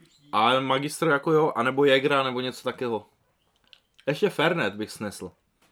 A magistr jako jo, anebo Jägra, nebo něco takého. Ještě Fernet bych snesl.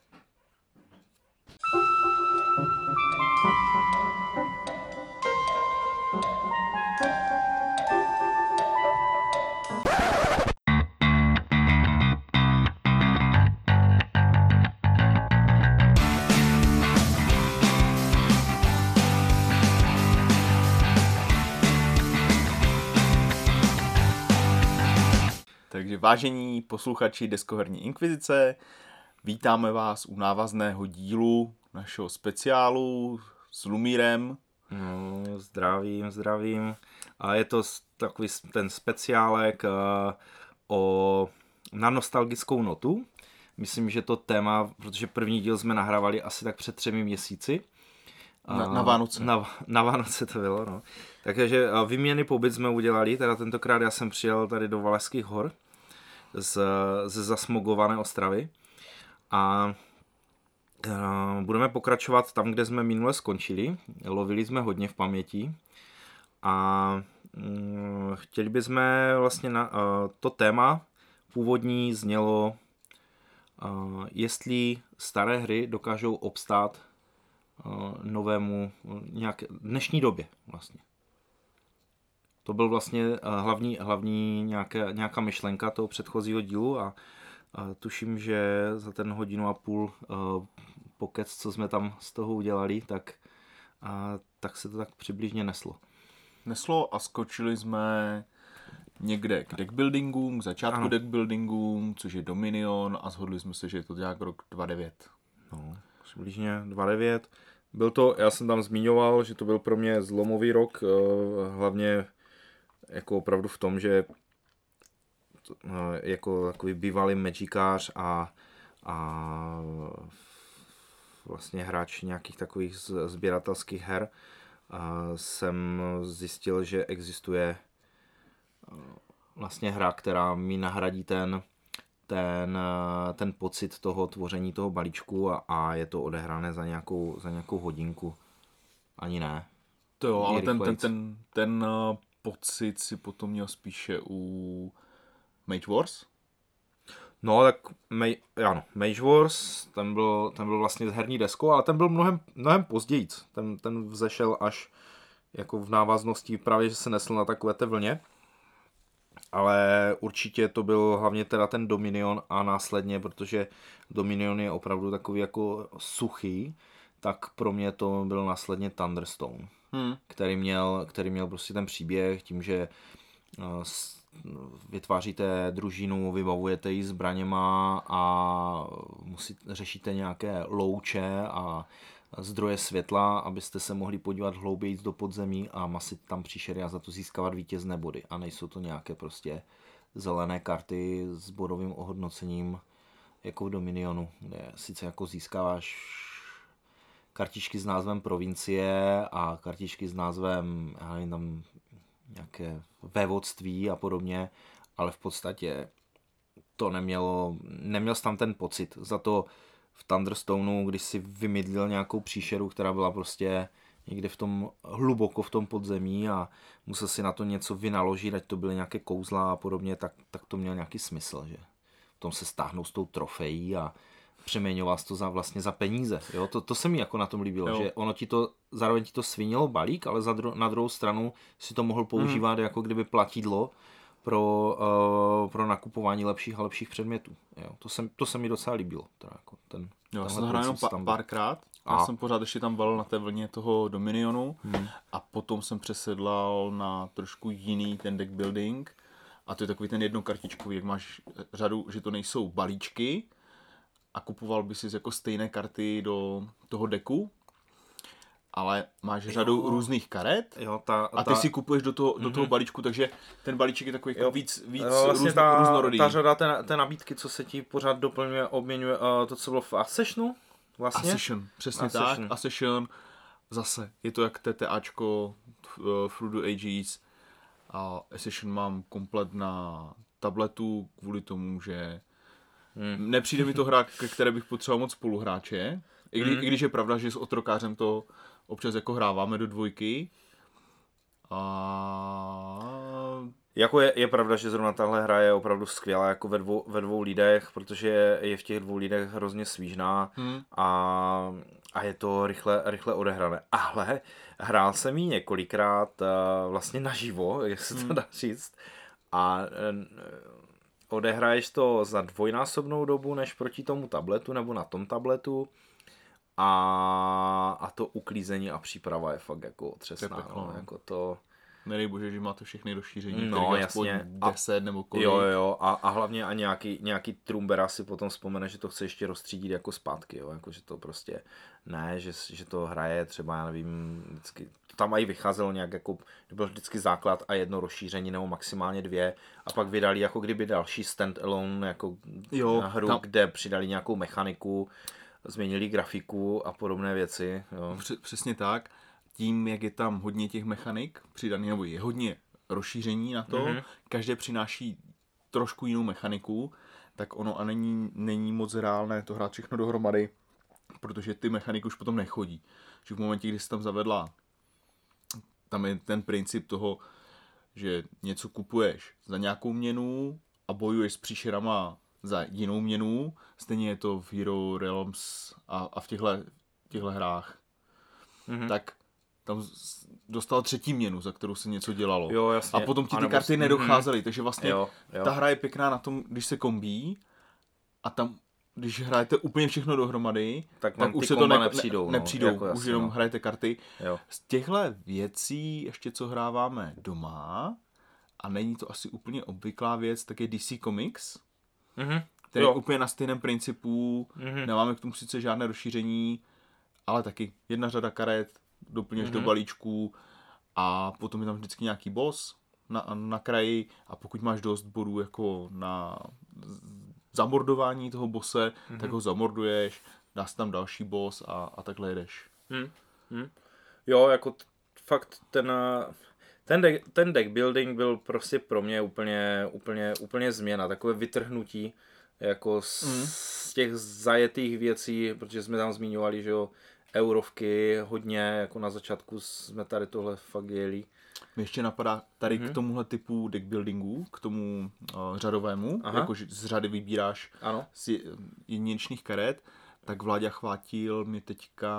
Takže vážení posluchači Deskoherní inkvizice, vítáme vás u návazného dílu našeho speciálu s Lumírem. No, zdravím. A je to takový ten speciálek na nostalgickou notu. Myslím, že to téma, protože první díl jsme nahrávali asi tak před 3 měsíci. Na Vánoce. Na Vánoce to bylo, no. Takže výměnný pobyt jsme udělali, teda tentokrát já jsem přijel tady do Valašských hor ze zasmogované Ostravy a budeme pokračovat tam, kde jsme minule skončili. Lovili jsme hodně v paměti a chtěli bychom vlastně to téma původní znělo, jestli staré hry dokážou obstát novému nějaké dnešní době vlastně. To byl vlastně hlavní nějaká myšlenka toho předchozího dílu a tuším, že za ten 1,5 hodiny pokec, co jsme tam z toho udělali, tak se to tak přibližně neslo. A skočili jsme někde k deckbuildingům, k začátku deckbuildingům, což je Dominion, a shodli jsme se, že je to nějak rok 2009. No, přibližně 2009. Byl to, já jsem tam zmiňoval, že to byl pro mě zlomový rok, hlavně jako opravdu v tom, že jako takový bývalý magikář a vlastně hráč nějakých takových sběratelských her jsem zjistil, že existuje vlastně hra, která mi nahradí ten pocit toho tvoření toho balíčku a je to odehrané za nějakou hodinku. Ani ne. To jo, ale ten pocit si potom měl spíše u Mage Wars? No tak Mage Wars, ten byl vlastně s herní deskou, ale ten byl mnohem později. Ten vzešel až jako v návaznosti právě, že se nesl na takové té vlně. Ale určitě to byl hlavně teda ten Dominion a následně, protože Dominion je opravdu takový jako suchý, tak pro mě to byl následně Thunderstone, který měl prostě ten příběh tím, že vytváříte družinu, vybavujete ji zbraněma a řešíte nějaké louče a zdroje světla, abyste se mohli podívat hlouběji do podzemí a masit tam příšery a za to získávat vítězné body. A nejsou to nějaké prostě zelené karty s bodovým ohodnocením jako v Dominionu, kde sice jako získáváš kartičky s názvem provincie a kartičky s názvem tam nějaké vévodství a podobně, ale v podstatě to neměl jsi tam ten pocit. Za to v Thunderstoneu, když si vymydlil nějakou příšeru, která byla prostě někde hluboko v tom podzemí a musel si na to něco vynaložit, ať to byly nějaké kouzla a podobně, tak to měl nějaký smysl, že v tom se stáhnou s tou trofejí a přeměňoval to vlastně za peníze. Jo? To se mi jako na tom líbilo, jo. Že ono zároveň ti to svinilo balík, ale na druhou stranu si to mohl používat jako kdyby platidlo pro nakupování lepších a lepších předmětů. Jo? To se mi docela líbilo. Jako já jsem hrál jenom párkrát. Já jsem pořád ještě tam valil na té vlně toho Dominionu a potom jsem přesedlal na trošku jiný ten deck building a to je takový ten jednokartičkový, jak máš řadu, že to nejsou balíčky a kupoval by si jako stejné karty do toho deku, ale máš řadu různých karet a ty si kupuješ do toho balíčku, takže ten balíček je takový víc vlastně různorodý. Ta řada té nabídky, co se ti pořád doplňuje, obměňuje, to, co bylo v Accessionu vlastně? Accession, přesně tak. Accession, zase, je to jak TTAčko Through the Ages a Accession mám komplet na tabletu kvůli tomu, že nepřijde mi to hra, ke které bych potřeboval moc spoluhráče, i když je pravda, že s otrokářem to občas jako hráváme do 2. A Jako je pravda, že zrovna tahle hra je opravdu skvělá jako ve dvou lidech, protože je v těch dvou lidech hrozně svížná a je to rychle odehrané. Ale hrál jsem ji několikrát vlastně naživo, jestli se to dá říct. A odehraješ to za dvojnásobnou dobu než proti tomu tabletu nebo na tom tabletu. A to uklízení a příprava je fakt jako otřesná. Jako to... Nedej bože, že máte všechny rozšíření, no, jasně. 10 nebo kolik. Jo, a hlavně a nějaký trumbera si potom vzpomene, že to chce ještě rozstřídit jako zpátky, jo, jako že to prostě ne, že to hraje třeba, já nevím, vždycky, tam i vycházelo nějak jako, byl vždycky základ a jedno rozšíření nebo maximálně 2 a pak vydali jako kdyby další stand-alone jako hru, kde přidali nějakou mechaniku, změnili grafiku a podobné věci. Jo. Přesně tak. Tím, jak je tam hodně těch mechanik přidaný, nebo je hodně rozšíření na to, každé přináší trošku jinou mechaniku, tak ono a není moc reálné to hrát všechno dohromady, protože ty mechaniky už potom nechodí. Že v momentě, kdy se tam zavedla, tam je ten princip toho, že něco kupuješ za nějakou měnu a bojuješ s příšerama za jinou měnu, stejně je to v Hero Realms a v těchto hrách. Tak tam dostal 3. měnu, za kterou se něco dělalo. Jo, jasně. A potom ti ty karty nedocházely, takže vlastně ta hra je pěkná na tom, když se kombí a tam, když hrajete úplně všechno dohromady, tak už se to nepřijdou, jako už jenom hrajete karty. Jo. Z těchto věcí ještě co hráváme doma a není to asi úplně obvyklá věc, tak je DC Comics, který je úplně na stejném principu, nemáme k tomu sice žádné rozšíření, ale taky jedna řada karet, doplňuješ do balíčků a potom je tam vždycky nějaký boss na kraji a pokud máš dost bodů jako na zamordování toho bose, tak ho zamorduješ, dáš tam další boss a takhle jedeš. Jo, jako fakt ten deck building byl prostě pro mě úplně změna, takové vytrhnutí jako z těch zajetých věcí, protože jsme tam zmiňovali, že jo, eurovky hodně, jako na začátku jsme tady tohle fakt jeli. Mě ještě napadá tady k tomuhle typu deck buildingu, k tomu řadovému, jako z řady vybíráš z jedinečných karet, tak Vláďa Chvátil mi teďka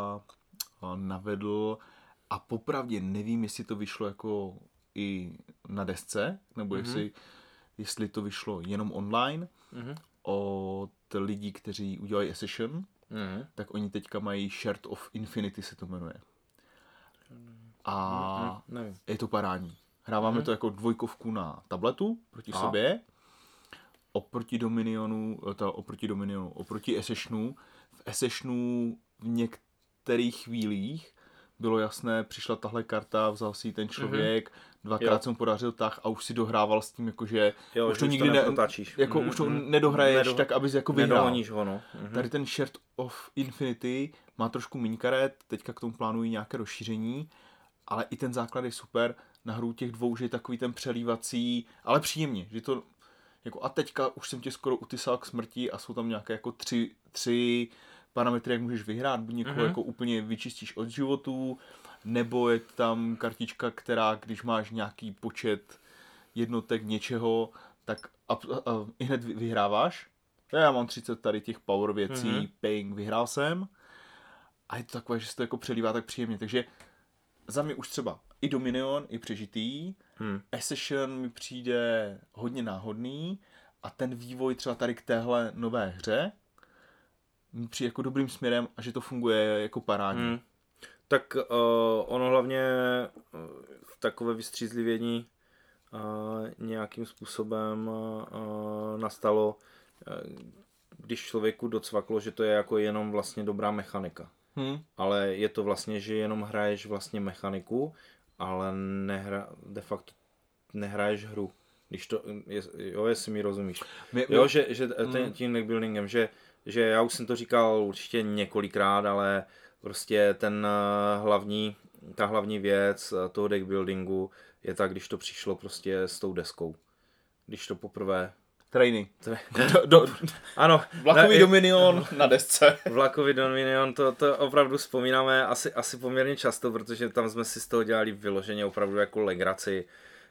navedl a popravdě nevím, jestli to vyšlo jako i na desce, nebo jestli to vyšlo jenom online od lidí, kteří udělají Accession, tak oni teďka mají Shard of Infinity, se to jmenuje. A je to parádní. Hráváme to jako 2 na tabletu proti sobě. Oproti Accessionu. V Accessionu v některých chvílích bylo jasné, přišla tahle karta, vzal si ten člověk, 2krát jsem podařil tah a už si dohrával s tím, jakože už to nikdy už to nedohraješ tak, abys jako vyhrál. Ho, Tady ten Shard of Infinity má trošku méně karet, teďka k tomu plánují nějaké rozšíření, ale i ten základ je super. Na hru těch 2 že je takový ten přelívací, ale příjemně, že to jako a teďka už jsem tě skoro utysal k smrti a jsou tam nějaké jako 3 parametry, jak můžeš vyhrát, buď někoho jako úplně vyčistíš od životů, nebo je tam kartička, která, když máš nějaký počet jednotek něčeho, tak a hned vyhráváš. Já mám 30 tady těch power věcí, ping, vyhrál jsem. A je to takové, že se to jako přelívá tak příjemně, takže za mě už třeba i Dominion, i Přežitý, Accession mi přijde hodně náhodný a ten vývoj třeba tady k téhle nové hře mi přijde jako dobrým směrem a že to funguje jako parádně. Tak ono hlavně takové vystřízlivění nějakým způsobem nastalo, když člověku docvaklo, že to je jako jenom vlastně dobrá mechanika. Ale je to vlastně, že jenom hraješ vlastně mechaniku, ale de facto nehraješ hru. Když to, jestli mi rozumíš. Že tím deckbuildingem, že já už jsem to říkal určitě několikrát, ale prostě ta hlavní věc toho deckbuildingu je tak, když to přišlo prostě s tou deskou. Když to poprvé... Trainy. Ano. Vlakový Dominion na desce. Vlakový Dominion, to opravdu vzpomínáme asi poměrně často, protože tam jsme si z toho dělali vyloženě opravdu jako legraci.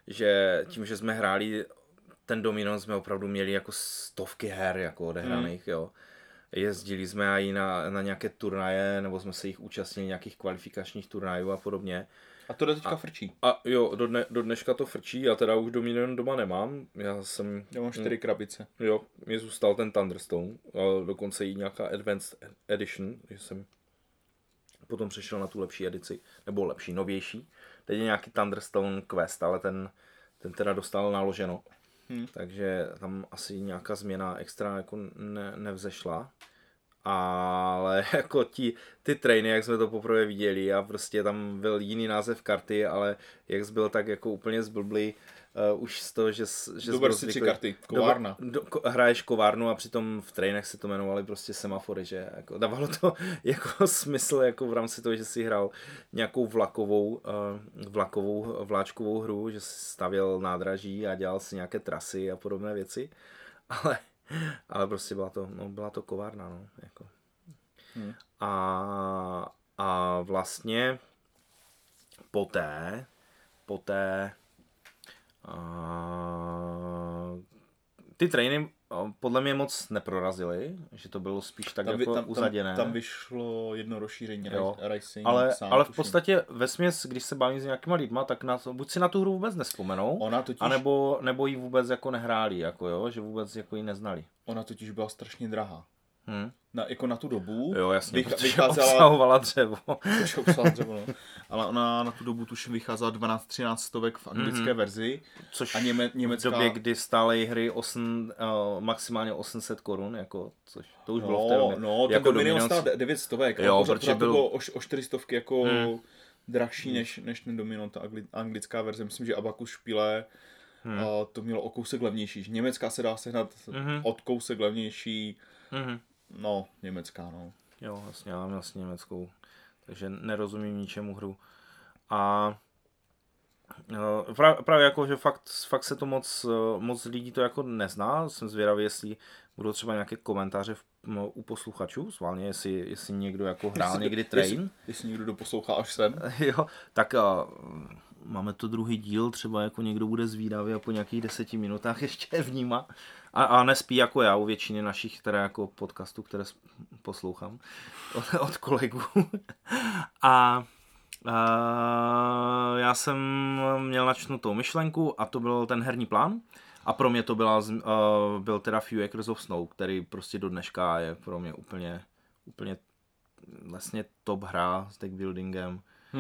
že tím, že jsme hráli ten Dominion, jsme opravdu měli jako stovky her jako odehraných, jo. Jezdili jsme i na nějaké turnaje, nebo jsme se jich účastnili nějakých kvalifikačních turnajů a podobně. A to teďka frčí. A jo, do dneška to frčí, já teda už Dominion doma nemám. Já mám 4 krabice. Jo, mě zůstal ten Thunderstone, a dokonce i nějaká Advanced Edition, že jsem potom přešel na tu lepší edici, nebo lepší, novější. Teď je nějaký Thunderstone Quest, ale ten teda dostal naloženo. Takže tam asi nějaká změna extra jako nevzešla. Ale jako ty trainy, jak jsme to poprvé viděli a prostě tam byl jiný název karty, ale jak byl tak jako úplně zblblý, už z toho, že Dober si 3 karty, kovárna. Hraješ kovárnu a přitom v trainech se to jmenovali prostě semafory, že jako dávalo to jako smysl jako v rámci toho, že si hrál nějakou vláčkovou hru, že si stavěl nádraží a dělal si nějaké trasy a podobné věci, ale prostě byla to kovárna, no, jako. A vlastně poté ty trainy podle mě moc neprorazily, že to bylo spíš tak uzaděné. Tam vyšlo jedno rozšíření Racing. Ale v podstatě vesměs, když se bavím s nějakýma lidma, tak buď si na tu hru vůbec nevzpomenou, anebo ji vůbec jako nehráli, jako jo, že vůbec jako ji neznali. Ona totiž byla strašně drahá. Jako na tu dobu. Jo, jasně, protože obsahovala dřevo. No. Ale ona na tu dobu tuším vycházela 12-13 stovek v anglické verzi. Což německá... v době, kdy stály hry maximálně 800 korun, jako, což to už bylo v té době. No, jako ten Dominion stál 9 stovek, ale pořád to bylo o 400 jako drahší než ten Dominion, ta anglická verze. Myslím, že Abacus Spiele to mělo o kousek levnější. Německá se dá sehnat od kousek levnější. No, německá, no. Jo, vlastně, já mám vlastně německou, takže nerozumím ničemu hru. A právě jako, že fakt se to moc lidí to jako nezná, jsem zvědavý, jestli budou třeba nějaké komentáře u posluchačů, sválně, jestli někdo jako hrál někdy train. Jestli někdo doposlouchá až sem. Jo, tak máme to druhý díl, třeba jako někdo bude zvídavý a po nějakých 10 minutách ještě vnímá. A nespí jako já u většiny našich teda jako podcastů, které poslouchám od kolegů. A já jsem měl načnutou myšlenku a to byl ten herní plán. A pro mě to byl teda Few Acres of Snow, který prostě do dneška je pro mě úplně vlastně top hra s deckbuildingem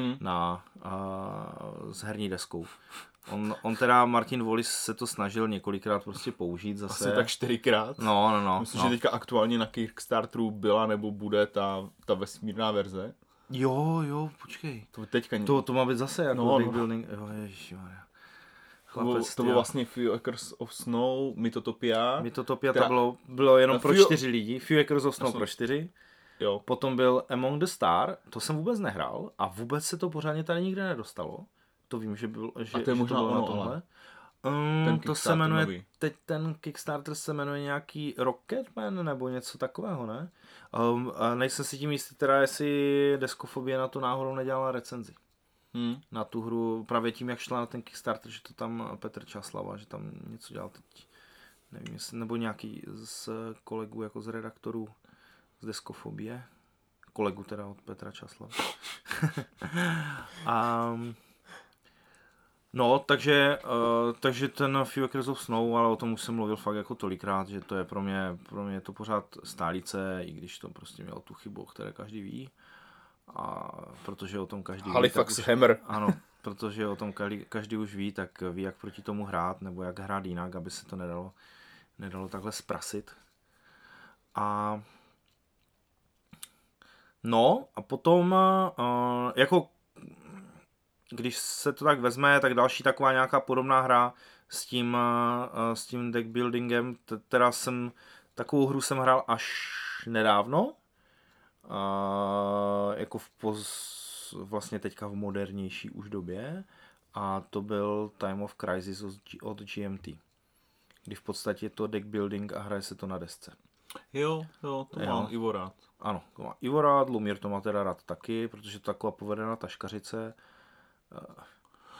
s herní deskou. On teda, Martin Wallis, se to snažil několikrát prostě použít zase. Asi tak 4krát. No. Myslím, že teďka aktuálně na Kickstarteru byla nebo bude ta vesmírná verze. Jo, počkej. To má být zase jako deckbuilding. Jo, ježišmarja. To bylo vlastně Few Acres of Snow, Mythotopia. Mythotopia to bylo jenom pro 4 lidi. Few Acres of Snow pro 4. Jo. Potom byl Among the Star, to jsem vůbec nehrál a vůbec se to pořádně tady nikde nedostalo. To vím, že bylo, že, a to je možná to bylo ono, na tohle. To se jmenuje, nový. teď ten Kickstarter se jmenuje nějaký Rocketman nebo něco takového, ne? A nejsem si tím jistý teda, jestli Deskofobie na to náhodou nedělala recenzi. Na tu hru, právě tím, jak šla na ten Kickstarter, že to tam Petr Časlava, že tam něco dělal teď, nevím, jestli, nebo nějaký z kolegů, jako z redaktorů z Deskofobie, kolegu teda od Petra Časlava. No, takže ten Few Acres of Snow, ale o tom už jsem mluvil fakt jako tolikrát, že to je pro mě to pořád stálice, i když to prostě mělo tu chybu, o které každý ví. A protože o tom každý Halifax Hammer. Ano, protože o tom každý už ví, tak ví, jak proti tomu hrát, nebo jak hrát jinak, aby se to nedalo takhle zprasit. No a potom jako když se to tak vezme, tak další taková nějaká podobná hra s tím deckbuildingem, teda takovou hru jsem hrál až nedávno, jako vlastně teďka v modernější už době, a to byl Time of Crisis od GMT, kdy v podstatě je to deckbuilding a hraje se to na desce. Jo, to má Ivo rád. Ano, to má Ivo rád, Lumír to má teda rád taky, protože to je taková povedená taškařice.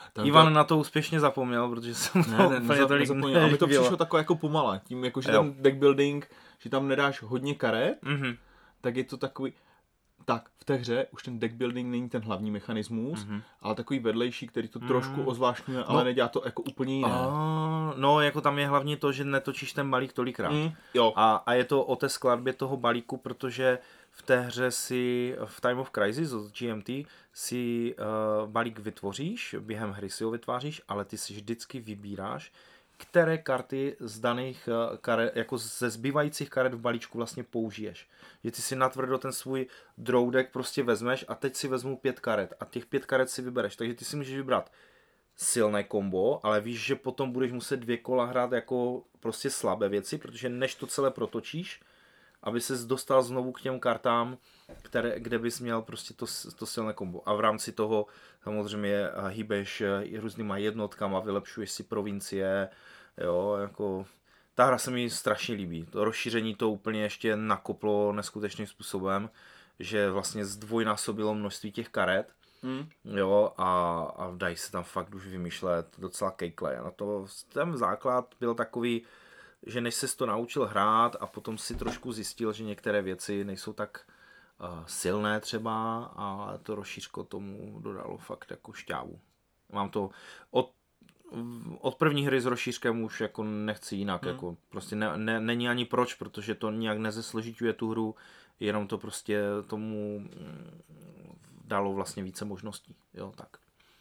Ivan na to úspěšně zapomněl, protože jsem to úplně tolik nezapomněl. A mi to přišlo takové jako pomala. Tím, jako, že ten deck building, že tam nedáš hodně karet, tak je to takový... Tak, v té hře už ten deck building není ten hlavní mechanismus, ale takový vedlejší, který to trošku ozvláštňuje, ale nedělá to jako úplně jiné. No, jako tam je hlavně to, že netočíš ten balík tolikrát. Jo. A je to o té skladbě toho balíku, protože v té hře si v Time of Crisis od GMT si balík vytvoříš, během hry si ho vytváříš, ale ty si vždycky vybíráš, které karty z daných karet, jako ze zbývajících karet v balíčku vlastně použiješ. Že ty si natvrdo ten svůj draw deck prostě vezmeš a teď si vezmu 5 karet a těch 5 karet si vybereš. Takže ty si můžeš vybrat silné kombo, ale víš, že potom budeš muset 2 kola hrát jako prostě slabé věci, protože než to celé protočíš, aby ses dostal znovu k těm kartám, kde bys měl prostě to silné kombo. A v rámci toho samozřejmě hýbeš různýma jednotkama, vylepšuješ si provincie, jo, jako... Ta hra se mi strašně líbí. To rozšíření to úplně ještě nakoplo neskutečným způsobem, že vlastně zdvojnásobilo množství těch karet, jo, a dají se tam fakt už vymýšlet docela kejkle. Na to ten základ byl takový, že než ses to naučil hrát a potom si trošku zjistil, že některé věci nejsou tak silné třeba, a to rozšířko tomu dodalo fakt jako šťávu. Mám to od první hry s rozšířkem už jako nechci jinak, jako prostě není ani proč, protože to nijak nezesložiťuje tu hru, jenom to prostě tomu dalo vlastně více možností, jo, tak.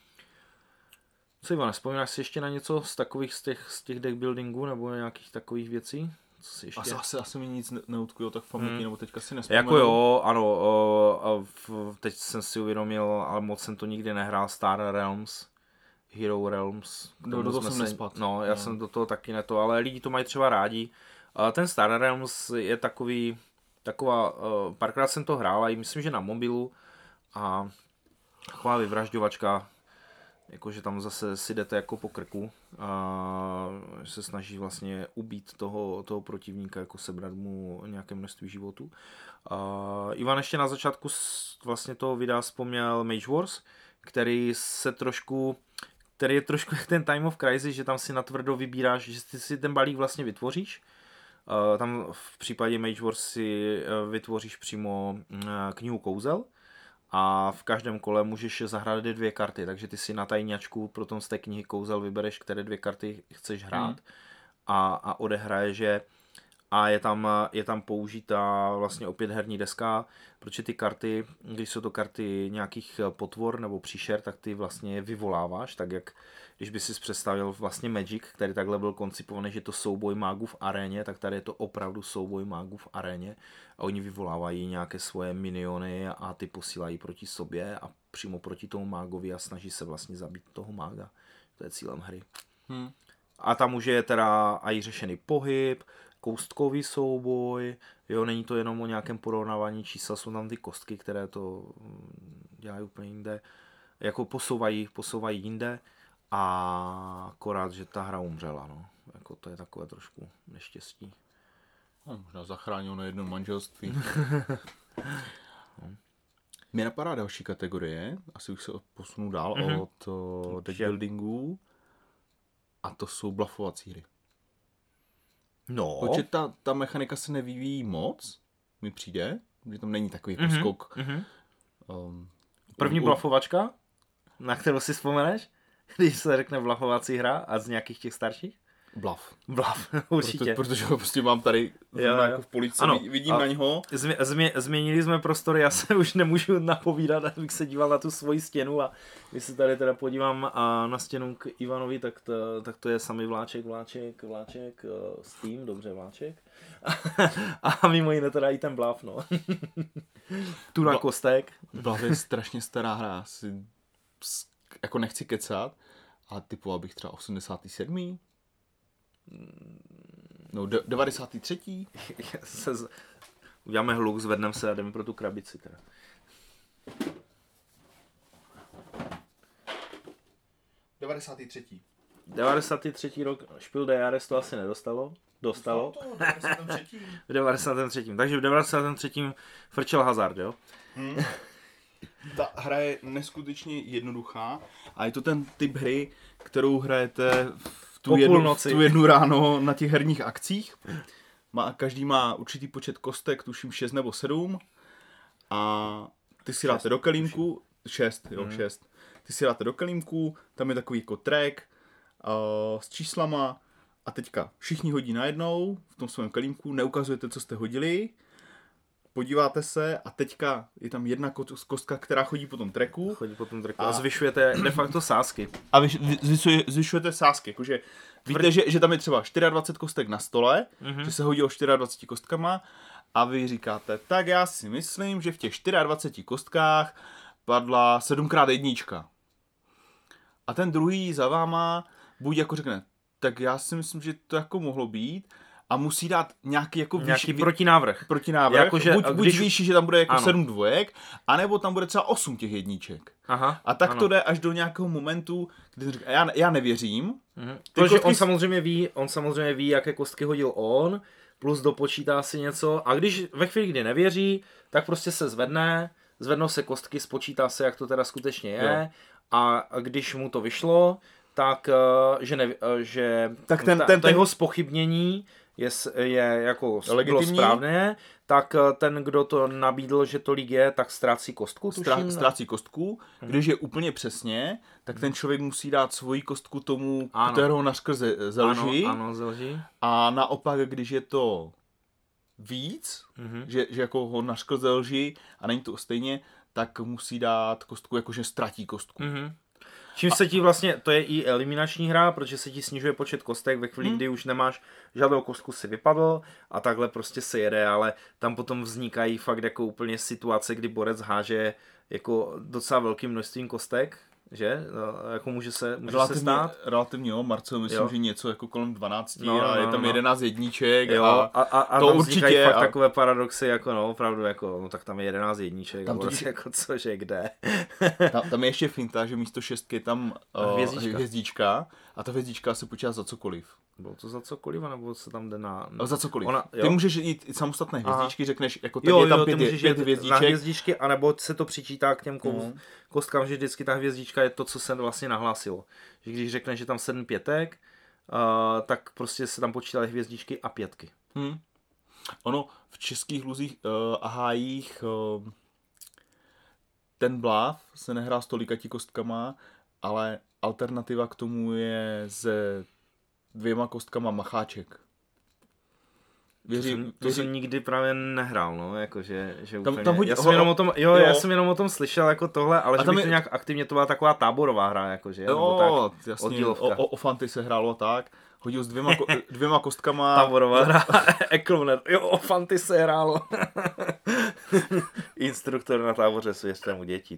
Co Ivane, vzpomínáš si ještě na něco z takových z těch deck buildingů nebo nějakých takových věcí? Co si ještě... Asi mi nic neutkuje tak v paměti, nebo teďka si nespomenu. Jako jo, ano, teď jsem si uvědomil, ale moc jsem to nikdy nehrál, Star Realms, Hero Realms. Do toho jsem nespadl. No, já jsem do toho taky neto, ale lidi to mají třeba rádi. Ten Star Realms je taková, párkrát jsem to hrál, a myslím, že na mobilu, a taková vyvražďovačka, jakože tam zase si jdete jako po krku a se snaží vlastně ubít toho protivníka, jako sebrat mu nějaké množství životů. Ivan ještě na začátku vlastně toho videa vzpomněl Mage Wars, který je trošku jak ten Time of Crisis, že tam si natvrdo vybíráš, že ty si ten balík vlastně vytvoříš. Tam v případě Mage Wars si vytvoříš přímo knihu kouzel, a v každém kole můžeš zahrát 2 karty, takže ty si na tajňačku potom z té knihy kouzel vybereš, které 2 karty chceš hrát a odehraješ je. A je tam použitá vlastně opět herní deska, protože ty karty, když jsou to karty nějakých potvor nebo příšer, tak ty vlastně je vyvoláváš, tak jak když by si představil vlastně Magic, který takhle byl koncipovaný, že to souboj mágů v aréně, tak tady je to opravdu souboj mágů v aréně a oni vyvolávají nějaké svoje miniony a ty posílají proti sobě a přímo proti tomu mágovi a snaží se vlastně zabít toho mága. To je cílem hry. A tam už je teda i řešený pohyb, koustkový souboj, jo, není to jenom o nějakém porovnávání čísel, jsou tam ty kostky, které to dělají úplně jinde, jako posouvají jinde, a akorát, že ta hra umřela, no, jako to je takové trošku neštěstí. No, možná zachránil na jedno manželství. Mě napadá další kategorie, asi už se posunu dál od deck buildingů, a to jsou bluffovací hry. No. Protože ta mechanika se nevyvíjí moc, mi přijde, že tam není takový jako skok. První bluffovačka, na kterou si vzpomeneš, když se řekne bluffovací hra a z nějakých těch starších? Bluff, určitě. Protože ho prostě mám tady jako v polici, vidím na něho. Změnili jsme prostory, já se už nemůžu napovídat, abych se díval na tu svoji stěnu, a když se tady teda podívám na stěnu k Ivanovi, tak to je samý vláček, Steam, dobře, vláček. A mimo jiné teda i ten Bluff, no. Tu na kostek. Bluff je strašně stará hra, jako nechci kecat, ale typoval bych třeba 87. No, 93. Uděláme hluk, zvedneme se a jdeme pro tu krabici teda. '93. 93. rok, Spiel des Jahres to asi nedostalo. Dostalo. To, 93. V 93. Takže v 93. frčel hazard, jo? Ta hra je neskutečně jednoduchá a je to ten typ hry, kterou hrajete v tu jednu ráno na těch herních akcích. Každý má určitý počet kostek, tuším 6 nebo 7 a ty si dáte do kelímku, 6. Ty si dáte do kelímku, tam je takový jako track s číslama a teďka všichni hodí najednou v tom svém kelímku, neukazujete, co jste hodili, podíváte se a teďka je tam jedna kostka, která chodí po tom tracku. A zvyšujete de facto sázky. A zvyšujete sázky, jakože víte, že tam je třeba 24 kostek na stole, že se hodí o 24 kostkama a vy říkáte, tak já si myslím, že v těch 24 kostkách padla 7x jednička. A ten druhý za váma buď jako řekne, tak já si myslím, že to jako mohlo být a musí dát nějaký protinávrh. Jakože, buď vyšší, že tam bude jako 7 dvojek, anebo tam bude třeba 8 těch jedniček. Aha, a tak to jde až do nějakého momentu, kdy říká, já nevěřím. Protože on samozřejmě ví, jaké kostky hodil on, plus dopočítá si něco a když ve chvíli, kdy nevěří, tak prostě se zvednou se kostky, spočítá se, jak to teda skutečně je a když mu to vyšlo, tak to jeho zpochybnění je jako bylo správné, tak ten, kdo to nabídl, že tolik je, tak ztrácí kostku. Ztrácí kostku, když je úplně přesně, tak ten člověk musí dát svoji kostku tomu, kterého nařkl ze lži. Ano, ze lži. A naopak, když je to víc, že jako ho nařkl ze lži a není to stejně, tak musí dát kostku, jakože ztratí kostku. Čím se ti vlastně, to je i eliminační hra, protože se ti snižuje počet kostek ve chvíli, kdy už nemáš žádnou kostku, si vypadl a takhle prostě se jede, ale tam potom vznikají fakt jako úplně situace, kdy borec háže jako docela velkým množstvím kostek, že? Jako může se stát. Relativně jo, Marcel myslím, že něco jako kolem 12 a je tam 11 jedniček a to tam určitě fakt takové paradoxy, jako opravdu jako, no tak tam je 11 jedniček, tam totiž, jako cože, kde? tam je ještě finta, že místo 6 je tam hvězdička a ta hvězdička se počítá za cokoliv. Bylo to za cokoliv, nebo se tam jde na... Za cokoliv. Ty můžeš jít samostatné hvězdičky, řekneš, jako tak je tam 5 hvězdiček. Na hvězdičky, anebo se to přičítá k těm kostkám, že vždycky ta hvězdička je to, co se vlastně nahlásilo. Že když řekneš, že tam 7 pětek, tak prostě se tam počítaly hvězdičky a pětky. Ono v českých luzích a hájích ten bláv se nehrá s tolika kostkama, ale alternativa k tomu je se 2 kostkama macháček. To jsem nikdy právě nehrál, no, jakože úplně. Já jsem jenom o tom slyšel jako tohle, ale že by to nějak aktivně, to byla taková táborová hra, jakože, nebo tak, jasně, oddělovka. O Fanty se hrálo tak, hodil s 2 kostkama. Táborová hra, Eklvnet, o Fanty se hrálo. Instruktor na táboře, svěřte mu děti,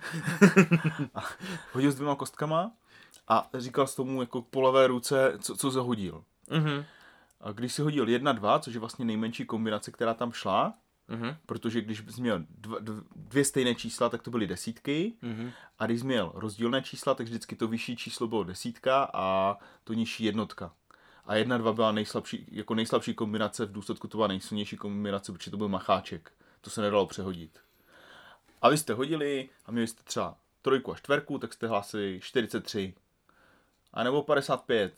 hodil s 2 kostkama a říkal s tomu jako po levé ruce, co zahodil. A když si hodil 1-2, což je vlastně nejmenší kombinace, která tam šla, protože když jsi měl 2 stejné čísla, tak to byly desítky, a když jsi měl rozdílné čísla, tak vždycky to vyšší číslo bylo desítka a to nižší jednotka. A 1-2 byla nejslabší kombinace, v důsledku to byla nejsilnější kombinace, protože to byl macháček. To se nedalo přehodit. A vy jste hodili a měli jste třeba 3 a 4, tak jste hlásili 43. A nebo 55.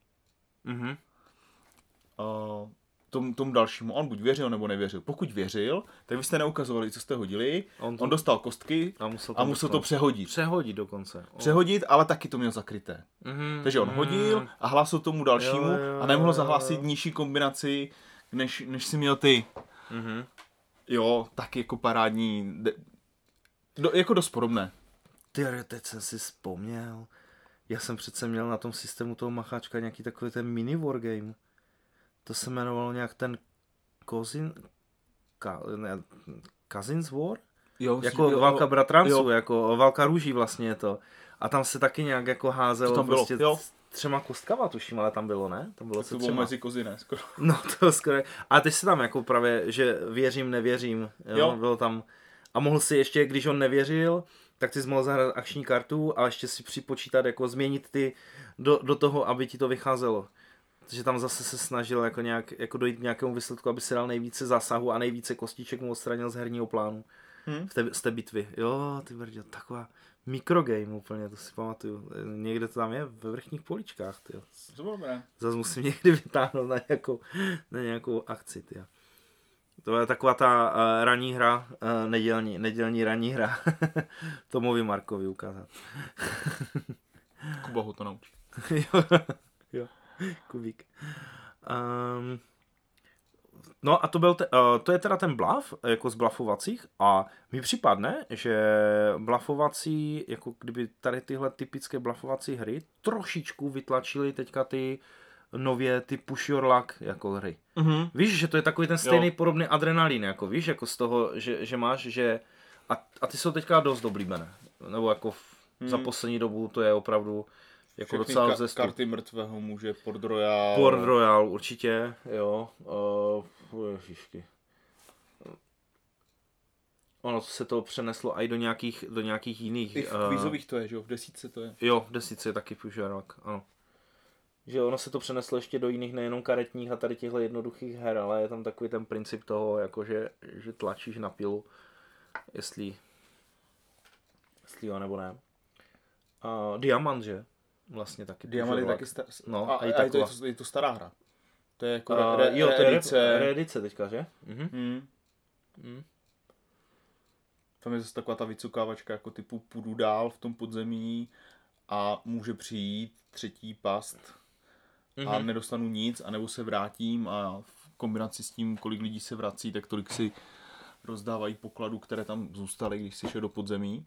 Tomu dalšímu. On buď věřil, nebo nevěřil. Pokud věřil, tak vy jste neukazovali, co jste hodili. On dostal kostky a musel to přehodit. Přehodit dokonce. Přehodit, ale taky to měl zakryté. Takže on hodil a hlásil tomu dalšímu a nemohl zahlásit nižší kombinaci, než si měl ty. Jo, tak jako parádní. Jako dost podobné. Ty, teď jsem si vzpomněl. Já jsem přece měl na tom systému toho macháčka nějaký takový ten mini wargame. To se jmenovalo nějak ten Cousins War? Jako válka bratranců, jako válka růží vlastně je to. A tam se taky nějak jako házelo tam prostě 3 kostkama, tuším, ale tam bylo, ne? Tam bylo to bylo mezi kozy, ne? Skoro. No to skoro. A teď se tam jako právě, že věřím, nevěřím. Jo? Bylo tam. A mohl si ještě, když on nevěřil, tak ty jsi mohl zahrát akční kartu a ještě si připočítat, jako změnit ty do toho, aby ti to vycházelo. Takže tam zase se snažil jako dojít k nějakému výsledku, aby si dal nejvíce zásahu a nejvíce kostiček mu odstranil z herního plánu. Z té bitvy. Jo, ty brďo, taková mikrogame úplně, to si pamatuju. Někde to tam je ve vrchních poličkách, tyjo. To bylo dobré. Zase musím někdy vytáhnout na nějakou akci, tyjo. To je taková ta ranní hra, nedělní ranní hra. Tomovi Markovi ukázat. Kuba ho to naučí. jo, Kubík. No a to je teda ten bluff, jako z bluffovacích a mi připadne, že bluffovací, jako kdyby tady tyhle typické bluffovací hry trošičku vytlačily teďka ty nově ty push your luck jako hry. Mm-hmm. Víš, že to je takový ten stejný podobný adrenalin, jako víš, jako z toho, že máš, že a ty jsou teďka dost oblíbené, nebo jako za poslední dobu to je opravdu jako docela vzestup. Karty mrtvého muže, Port Royal určitě, jo. Ježišky. Ono se to přeneslo i do nějakých jiných... I v kvízových to je, že jo? V 10 to je. Jo, v 10 je taky push your luck, ano. Že ono se to přeneslo ještě do jiných, nejenom karetních a tady těchto jednoduchých her, ale je tam takový ten princip toho, jakože, že tlačíš na pilu, jestli jo nebo ne. Diamant, že? Vlastně taky. Diamant je taky no, a je to stará hra. To je jako reedice teďka, že? Tam je zase taková ta vycukávačka, jako typu půjdu dál v tom podzemí a může přijít třetí past a nedostanu nic, anebo se vrátím a v kombinaci s tím, kolik lidí se vrací, tak tolik si rozdávají pokladů, které tam zůstaly, když si šel do podzemí.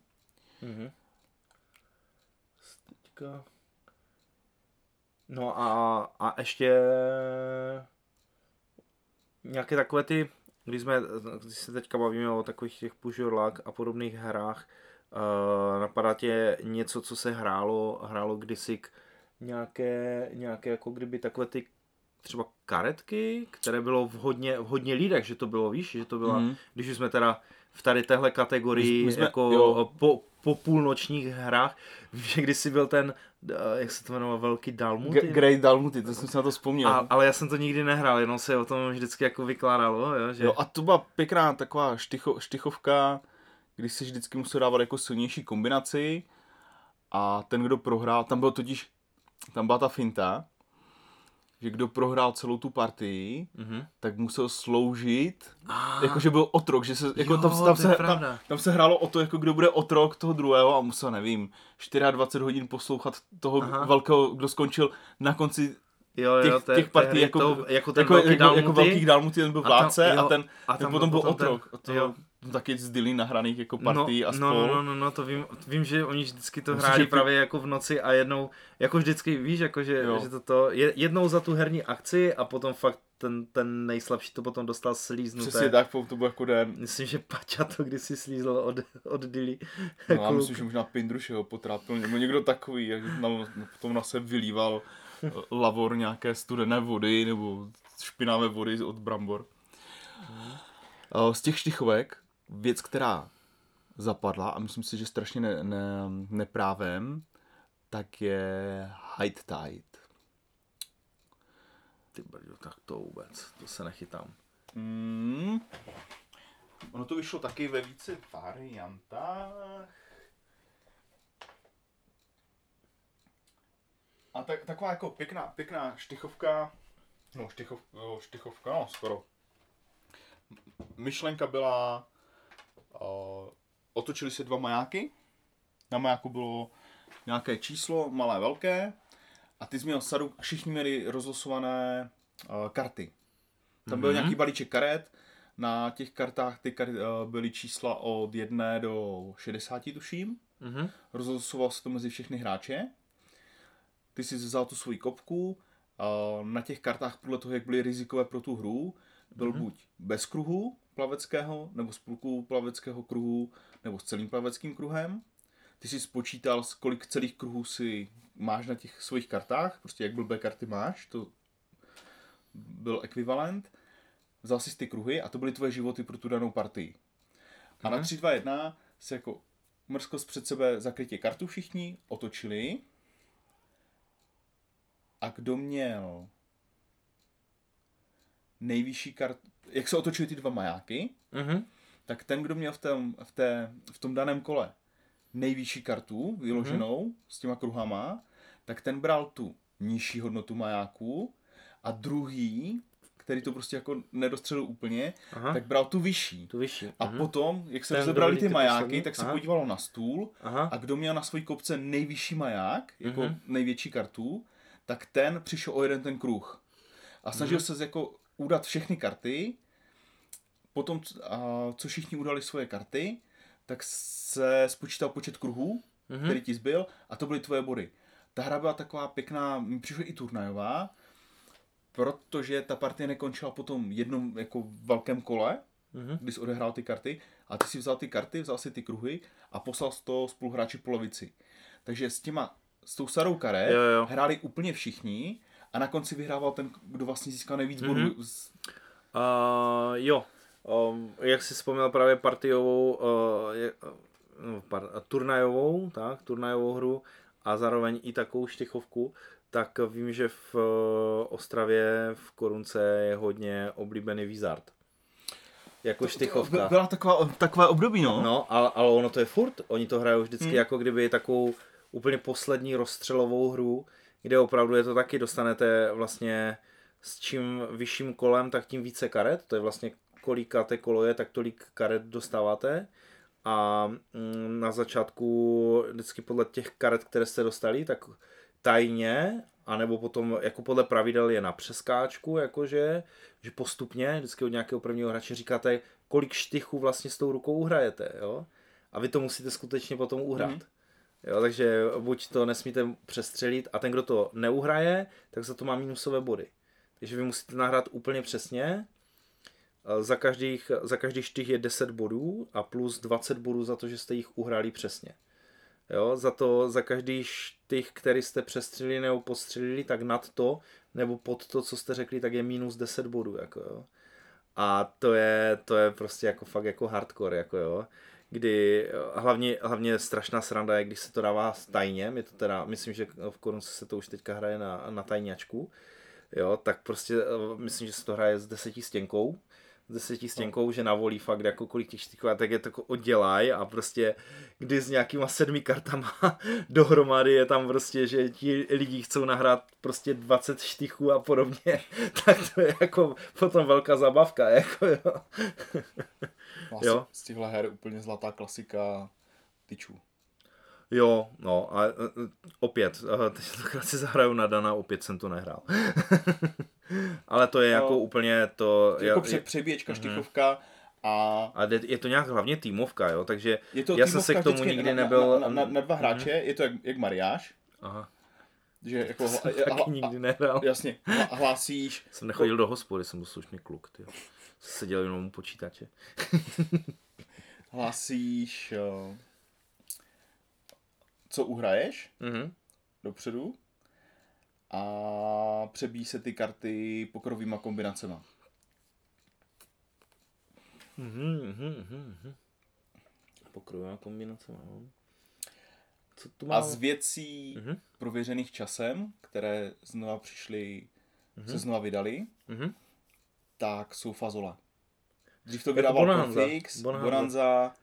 Teďka... No a ještě nějaké takové ty, když se teďka bavíme o takových těch push your luck a podobných hrách, napadá tě něco, co se hrálo kdysi nějaké jako kdyby takové ty třeba karetky, které bylo v hodně lidech, že to bylo, víš, že to byla, když jsme teda v tady téhle kategorii po půlnočních hrách, že kdysi byl ten, jak se to jmenoval, Velký Dalmuty? Great Dalmuty, to jsem si na to vzpomněl. Ale já jsem to nikdy nehrál, jenom se o tom vždycky jako vykládalo. Jo, že... jo a to byla pěkná taková štychovka, když si vždycky musel dávat jako silnější kombinaci a ten, kdo prohrál, tam byla ta finta, že kdo prohrál celou tu partii, tak musel sloužit, jakože byl otrok, že se, jako tam se hrálo o to, jako kdo bude otrok toho druhého a musel, nevím, 24 hodin poslouchat toho velkého, kdo skončil na konci těch partí, jako Velký Dalmuty, ten byl vládce a ten potom byl otrok. Taky z Dylan nahraných jako partí a spol. No, to vím, že oni vždycky to hráli právě jako v noci a jednou, jako vždycky, víš, jako že to jednou za tu herní akci a potom fakt ten nejslabší to potom dostal slíznuté. Přesně tak, to byl jako den. Myslím, že Paťa to kdysi slízl od Dylan. No, já myslím, že možná Pindruš ho potrápil, nebo někdo takový, jak potom na sebe vylíval lavor nějaké studené vody nebo špinavé vody od brambor. Z těch štychovek věc, která zapadla a myslím si, že strašně neprávem, tak je Hide Tide. Ty brďo, tak to vůbec, to se nechytám. Ono to vyšlo taky ve více variantách. A taková jako pěkná štychovka, štychovka, skoro. Myšlenka byla, otočily se 2 majáky, na majáku bylo nějaké číslo, malé, velké, a ty jsi měl sadu, všichni měli rozlosované karty. Tam byl nějaký balíček karet, na těch kartách byly čísla od 1 do 60, tuším. Rozlosoval se to mezi všechny hráče. Ty jsi vzal tu svoji kopku, na těch kartách podle toho, jak byly rizikové pro tu hru, byl buď bez kruhu plaveckého, nebo z půlku plaveckého kruhu, nebo s celým plaveckým kruhem. Ty si spočítal, kolik celých kruhů si máš na těch svých kartách, prostě jak blbé karty máš, to byl ekvivalent. Vzal si ty kruhy a to byly tvoje životy pro tu danou partii. A na 3, 2, 1 se jako mrzkost před sebe zakrytě kartu všichni otočili. A kdo měl nejvyšší kartu, jak se otočily ty 2 majáky, tak ten, kdo měl v tom daném kole nejvyšší kartu vyloženou s těma kruhama, tak ten bral tu nižší hodnotu majáku a druhý, který to prostě jako nedostřelil úplně, tak bral tu vyšší. A potom, jak se rozebrali ty majáky, tak se podívalo na stůl a kdo měl na svojí kopce nejvyšší maják, jako největší kartu, tak ten přišel o jeden ten kruh. A snažil se jako udat všechny karty. Potom, co všichni udali svoje karty, tak se spočítal počet kruhů, který ti zbyl, a to byly tvoje body. Ta hra byla taková pěkná, mi přišla i turnajová, protože ta partie nekončila po tom jednom jako velkém kole, když jsi odehrál ty karty, a ty si vzal ty karty, vzal si ty kruhy a poslal to spoluhráči po lavici. Takže s tou sadou karet hráli úplně všichni a na konci vyhrával ten, kdo vlastně získal nejvíc bodů. Jak jsi vzpomněl právě partiovou, turnajovou hru a zároveň i takovou štychovku, tak vím, že v Ostravě v Korunce je hodně oblíbený Wizard. Jako štychovka. Byla taková období, no. No, ale ono to je furt. Oni to hrajou vždycky jako kdyby takovou úplně poslední rozstřelovou hru, kde opravdu je to taky, dostanete vlastně s čím vyšším kolem, tak tím více karet. To je vlastně kolikáté kolo je, tak tolik karet dostáváte. A na začátku vždycky podle těch karet, které jste dostali, tak tajně, anebo potom jako podle pravidel je na přeskáčku, jakože, že postupně vždycky od nějakého prvního hráče říkáte, kolik štychů vlastně s tou rukou uhrajete, jo? A vy to musíte skutečně potom uhrát. Jo, takže buď to nesmíte přestřelit a ten, kdo to neuhraje, tak za to má minusové body. Takže vy musíte nahrát úplně přesně. Za každý štych je 10 bodů a plus 20 bodů za to, že jste jich uhráli přesně. Jo, za každý štych, který jste přestřelili nebo podstřelili, tak nad to nebo pod to, co jste řekli, tak je minus 10 bodů. Jako jo. A to je prostě jako fakt jako hardcore. Jako jo. Kdy hlavně strašná sranda je, když se to dává tajně. Je to teda, myslím, že v Korunce se to už teďka hraje na tajňačku. Jo, tak prostě myslím, že se to hraje s 10 stěnkou, že navolí fakt jako kolik těch štychů a tak je to oddělají a prostě kdy s nějakýma 7 kartama dohromady je tam prostě, že ti lidi chcou nahrát prostě 20 štychů a podobně, tak to je jako potom velká zabavka, jako jo. Jo. Z těchto her úplně zlatá klasika tyčů. Jo, no a opět, tentokrát si zahraju na Dana, opět jsem to nehrál. Ale to je jako úplně to... Jako přebíječka, štychovka a je to nějak hlavně týmovka, jo, takže já jsem se k tomu nikdy nebyl... Na 2 hráče, je to jak mariáš. Aha. Že jako... Taky nikdy nehrál. Jasně, hlásíš... Jsem nechodil do hospody, jsem byl slušný kluk, tyjo. Seděl jenom u počítače. Hlásíš... co uhraješ dopředu a přebíjí se ty karty pokrovýma kombinacema. Pokrovýma kombinacema, no. Co tu mám? A z věcí prověřených časem, které znova přišly, se znova vydali, tak jsou fazole. Dřív to vydával Profix, Bonanza.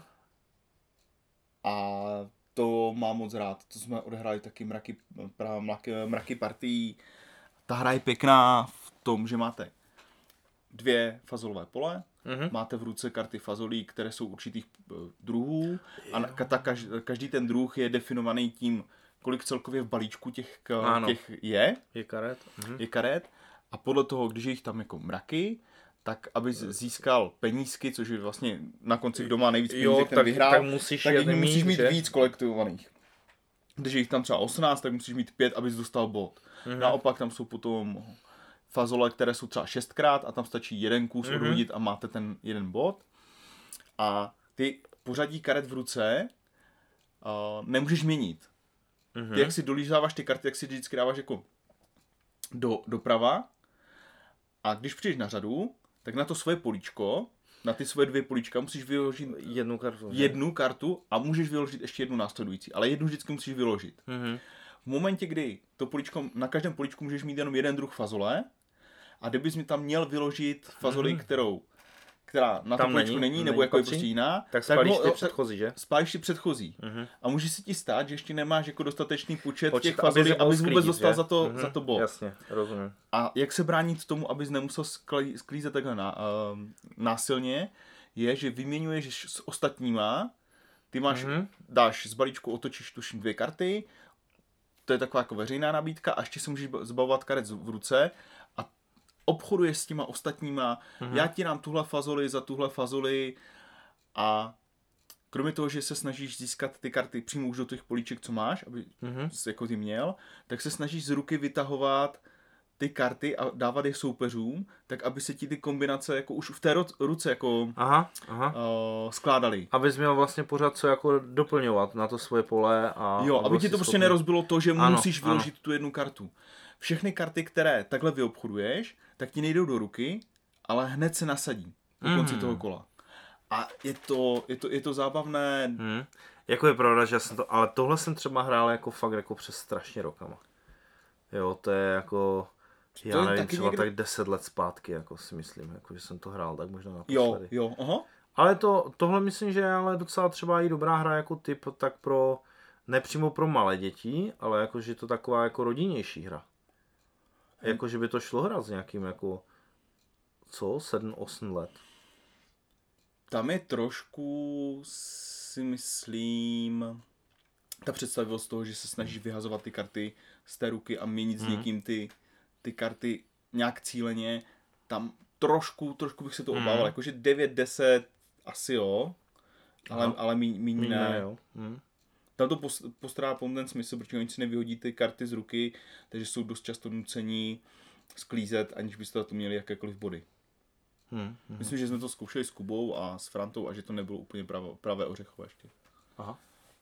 A to mám moc rád. To jsme odehráli taky mraky partií. Ta hra je pěkná v tom, že máte 2 fazolové pole, máte v ruce karty fazolí, které jsou určitých druhů a každý ten druh je definovaný tím, kolik celkově v balíčku těch je. Je karet. A podle toho, když je jich tam jako mraky, tak aby získal penízky, což je vlastně na konci, kdo má nejvíc penízek, ten vyhrál, tak musíš mít víc kolektovaných. Když je jich tam třeba 18, tak musíš mít 5, abys dostal bod. Naopak tam jsou potom fazole, které jsou třeba 6krát a tam stačí jeden kus odhodit a máte ten jeden bod. A ty pořadí karet v ruce nemůžeš měnit. Ty, jak si dolízáváš ty karty, jak si vždycky dáváš jako doprava a když přijdeš na řadu, tak na to svoje políčko, na ty svoje 2 políčka musíš vyložit jednu kartu a můžeš vyložit ještě jednu následující, ale jednu vždycky musíš vyložit. V momentě, kdy to políčko, na každém políčku můžeš mít jenom jeden druh fazole a kdybys mi tam měl vyložit fazoli, která na tom políčku není, nebo jako je prostě jiná, tak spálíš ty předchozí, že? Spálíš ty předchozí. A může se ti stát, že ještě nemáš jako dostatečný počet těch fazolí, abys vůbec dostal za to bod. Jasně, rozumím. A jak se bránit tomu, abys nemusel sklízet takhle násilně, je, že vyměňuješ s ostatníma, ty máš, dáš z balíčku, otočíš tuším 2 karty, to je taková jako veřejná nabídka a ještě se můžeš zbavovat karet v ruce a obchoduješ s těma ostatníma, já ti dám tuhle fazoli za tuhle fazoli a kromě toho, že se snažíš získat ty karty přímo už do těch políček, co máš, aby jako ty měl, tak se snažíš z ruky vytahovat ty karty a dávat je soupeřům, tak aby se ti ty kombinace jako už v té ruce jako skládaly. Abys měl vlastně pořád co jako doplňovat na to svoje pole a... Jo, aby ti to prostě nerozbilo to, že musíš vyložit tu jednu kartu. Všechny karty, které takhle vyobchoduješ, tak ti nejdou do ruky, ale hned se nasadí po konci toho kola. A je to zábavné. Jako je pravda, že ale tohle jsem třeba hrál jako fakt jako přes strašně rokama. Jo, to je jako... Já nevím, třeba tak 10 let zpátky, jako si myslím, jako, že jsem to hrál, tak možná naposledy. Jo, aha. Ale tohle myslím, že je ale docela třeba i dobrá hra jako typ, tak pro, nepřímo pro malé děti, ale jako, že to taková jako rodinnější hra. Jako, že by to šlo hrát s nějakým jako, 7-8 let. Tam je trošku, si myslím, ta představivost toho, že se snažíš vyhazovat ty karty z té ruky a měnit s někým ty karty nějak cíleně, tam trošku bych se to obával, jakože 9-10 asi jo, ale míň ne. Jo. Tam to postrádá ten smysl, protože oni si nevyhodí ty karty z ruky, takže jsou dost často nucení sklízet, aniž byste na to měli jakékoliv body. Myslím, že jsme to zkoušeli s Kubou a s Frantou a že to nebylo úplně pravé ořechové ještě. Aha.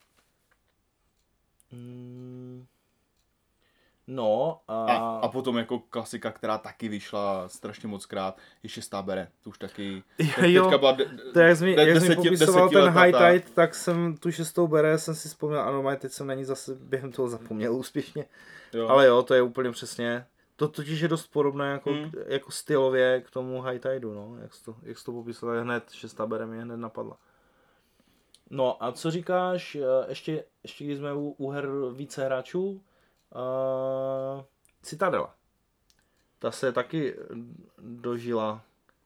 No a potom jako klasika, která taky vyšla strašně moc krát, je Šestá bere. To už taky... Teďka byla to jak jsi popisoval ten High Tide, tak jsem tu Šestou bere, jsem si vzpomněl, ano, teď jsem na ní zase během toho zapomněl úspěšně. Jo. Ale jo, to je úplně přesně... To totiž je dost podobné jako stylově k tomu High Tideu, no, jak jsi to popisoval, hned Šestá bere mě hned napadla. No a co říkáš, ještě když jsme u her více hráčů, Citadela. Ta se taky dožila,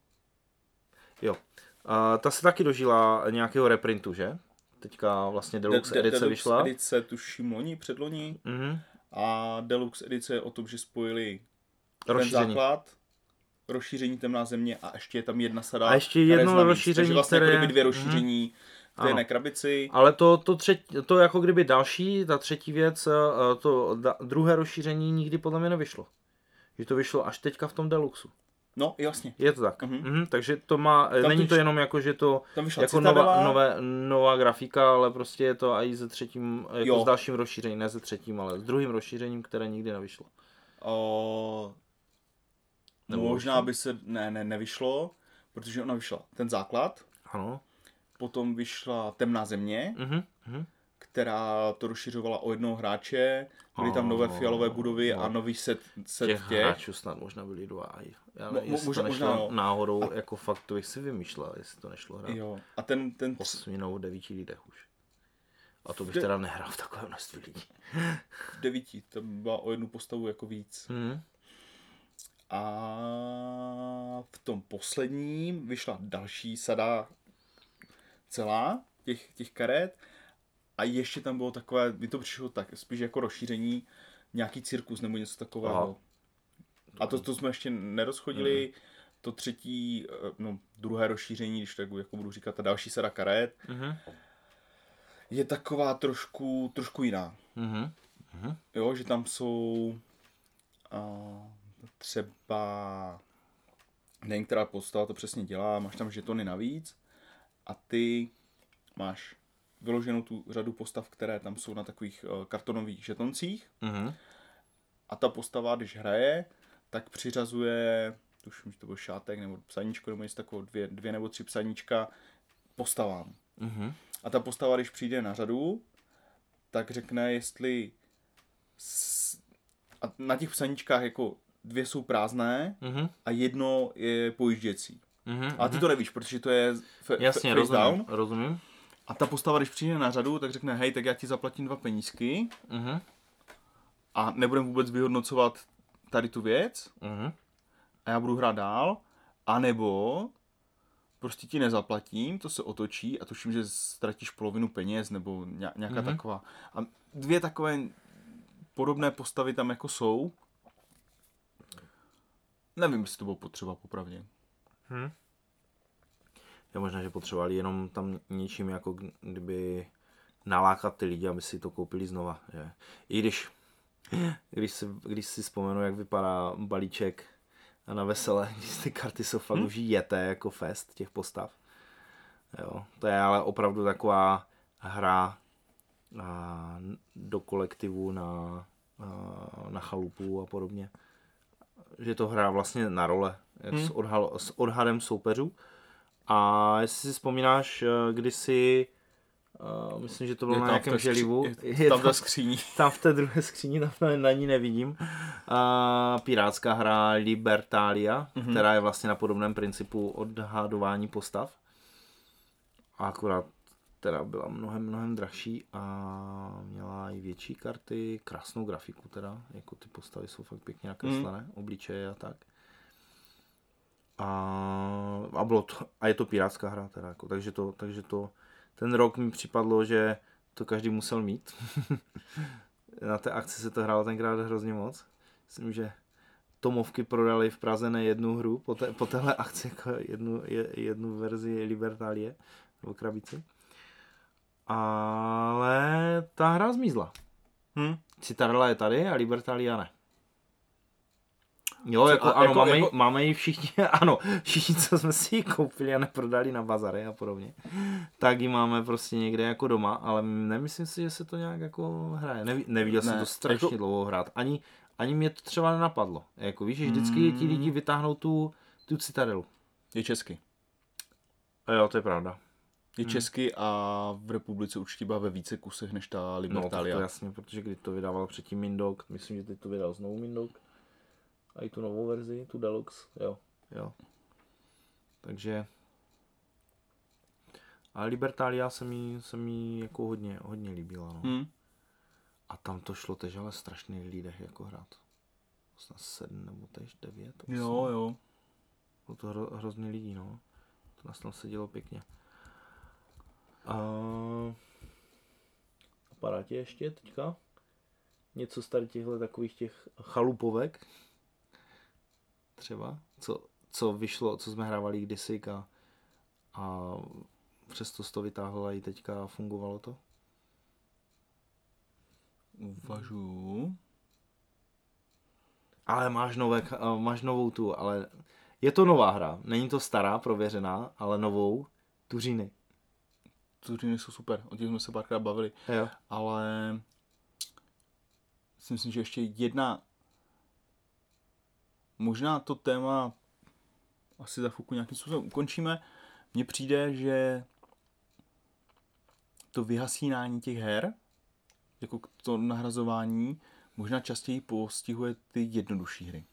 ta se taky dožila nějakého reprintu, že? Teďka vlastně Deluxe edice vyšla. Deluxe edice tuším předloni. A Deluxe edice je o tom, že spojili ten základ, rozšíření Temná země a ještě je tam jedna sada. A ještě jedno rozšíření, takže vlastně které... jako 2 rozšíření v té krabici. Ale to jako kdyby další, ta třetí věc, to druhé rozšíření nikdy podle mě nevyšlo. Že to vyšlo až teďka v tom Deluxu. No, jasně. Je to tak. Takže to má, není to jenom jako, že to jako nová grafika, ale prostě je to i se třetím, jako s dalším rozšířením, ne se třetím, ale s druhým rozšířením, které nikdy nevyšlo. Možná by se, nevyšlo, protože ona vyšla ten základ. Ano. Potom vyšla Temná země, která to rozšiřovala o jednoho hráče, byly tam nové fialové budovy a nový set těch. Hráčů snad možná byli 2. Já nevím, jestli to nešlo náhodou, jako fakt to bych si vymýšlel, jestli to nešlo hrát. Jo. A ten 8 nebo 9 lidech už. A to bych teda nehrál v takové množství lidí. V 9, to byla o jednu postavu jako víc. A v tom posledním vyšla další sada celá těch karet a ještě tam bylo takové, mi to přišlo tak spíš jako rozšíření, nějaký cirkus nebo něco takového. A to jsme ještě nerozchodili. To třetí, druhé rozšíření, když tak jako budu říkat, ta další sada karet, je taková trošku jiná. Jo, že tam jsou třeba, nevím, která postava to přesně dělá, máš tam žetony navíc a ty máš vyloženou tu řadu postav, které tam jsou na takových kartonových žetoncích. A ta postava, když hraje, tak přiřazuje, tuším, že to byl šátek nebo psaníčko, nebo něco takového, 2 nebo 3 psaníčka postavám. A ta postava, když přijde na řadu, tak řekne, jestli a na těch psaníčkách jako 2 jsou prázdné a jedno je pojížděcí. A ty to nevíš, protože to je Jasně, face down. Rozumím. A ta postava, když přijde na řadu, tak řekne, hej, tak já ti zaplatím 2 penízky a nebudem vůbec vyhodnocovat tady tu věc a já budu hrát dál, anebo prostě ti nezaplatím, to se otočí a tuším, že ztratíš polovinu peněz nebo nějaká taková. A 2 takové podobné postavy tam jako jsou. Nevím, jestli to bylo potřeba popravdě. Je možná, že potřebovali jenom tam něčím jako kdyby nalákat ty lidi, aby si to koupili znova. Že? I když si vzpomenu, jak vypadá balíček na Veselé, když ty karty jsou fakt už jete jako fest těch postav. Jo, to je ale opravdu taková hra do kolektivu na chalupu a podobně. Že to hra vlastně na role, jak s odhadem soupeřů. A jestli si vzpomínáš, kdysi, myslím, že to bylo na nějakém želivu. Je tam ta skříní. Tam v té druhé skříni, tam na ní nevidím. Pirátská hra Libertalia, která je vlastně na podobném principu odhadování postav. A akorát teda byla mnohem drahší a měla i větší karty, krásnou grafiku teda, jako ty postavy jsou fakt pěkně nakreslené, obličeje a tak. A bylo to, a je to pirátská hra teda, jako, takže to ten rok mi připadlo, že to každý musel mít. Na té akci se to hrálo tenkrát hrozně moc. Myslím, že Tomovky prodali v Praze ne jednu hru po téhle akci, jako jednu verzi Libertalie nebo krabici. Ale ta hra zmizla. Citadela je tady a Libertalia ne. Jo, máme ji všichni, ano, všichni, co jsme si ji koupili a neprodali na bazary a podobně, tak ji máme prostě někde jako doma, ale nemyslím si, že se to nějak jako hraje. Neviděl jsem to strašně dlouho hrát, ani mě to třeba nenapadlo. Jako víš, že vždycky ti lidi vytáhnou tu Citadelu. Je česky. A jo, to je pravda. Je česky a v republice určitě byla ve více kusech než ta Libertalia. No, to jasně, protože když to vydával předtím Mindok, myslím, že teď to vydal znovu Mindok. A i tu novou verzi, tu Deluxe, jo. Takže ale Libertalia se mi jako hodně líbila, no. A tam to šlo tež ale strašných lidech jako hrát. Snad 7 nebo tež 9. 8. Jo. Bylo to hrozně lidí, no. To nás tam sedělo pěkně. Napadá tě ještě teďka něco z tady těchto takových těch chalupovek? Třeba, co vyšlo, co jsme hrávali kdysi a přesto to vytáhlo a i teďka fungovalo to? Uvažuji. Ale máš novou tu, ale je to nová hra, není to stará, prověřená, ale novou, Tuříny. Tuříny jsou super, o těch jsme se párkrát bavili, jo. Ale myslím, že ještě jedna. Možná to téma asi za chvilku nějakým způsobem ukončíme. Mně přijde, že to vyhasínání těch her, jako to nahrazování, možná častěji postihuje ty jednodušší hry.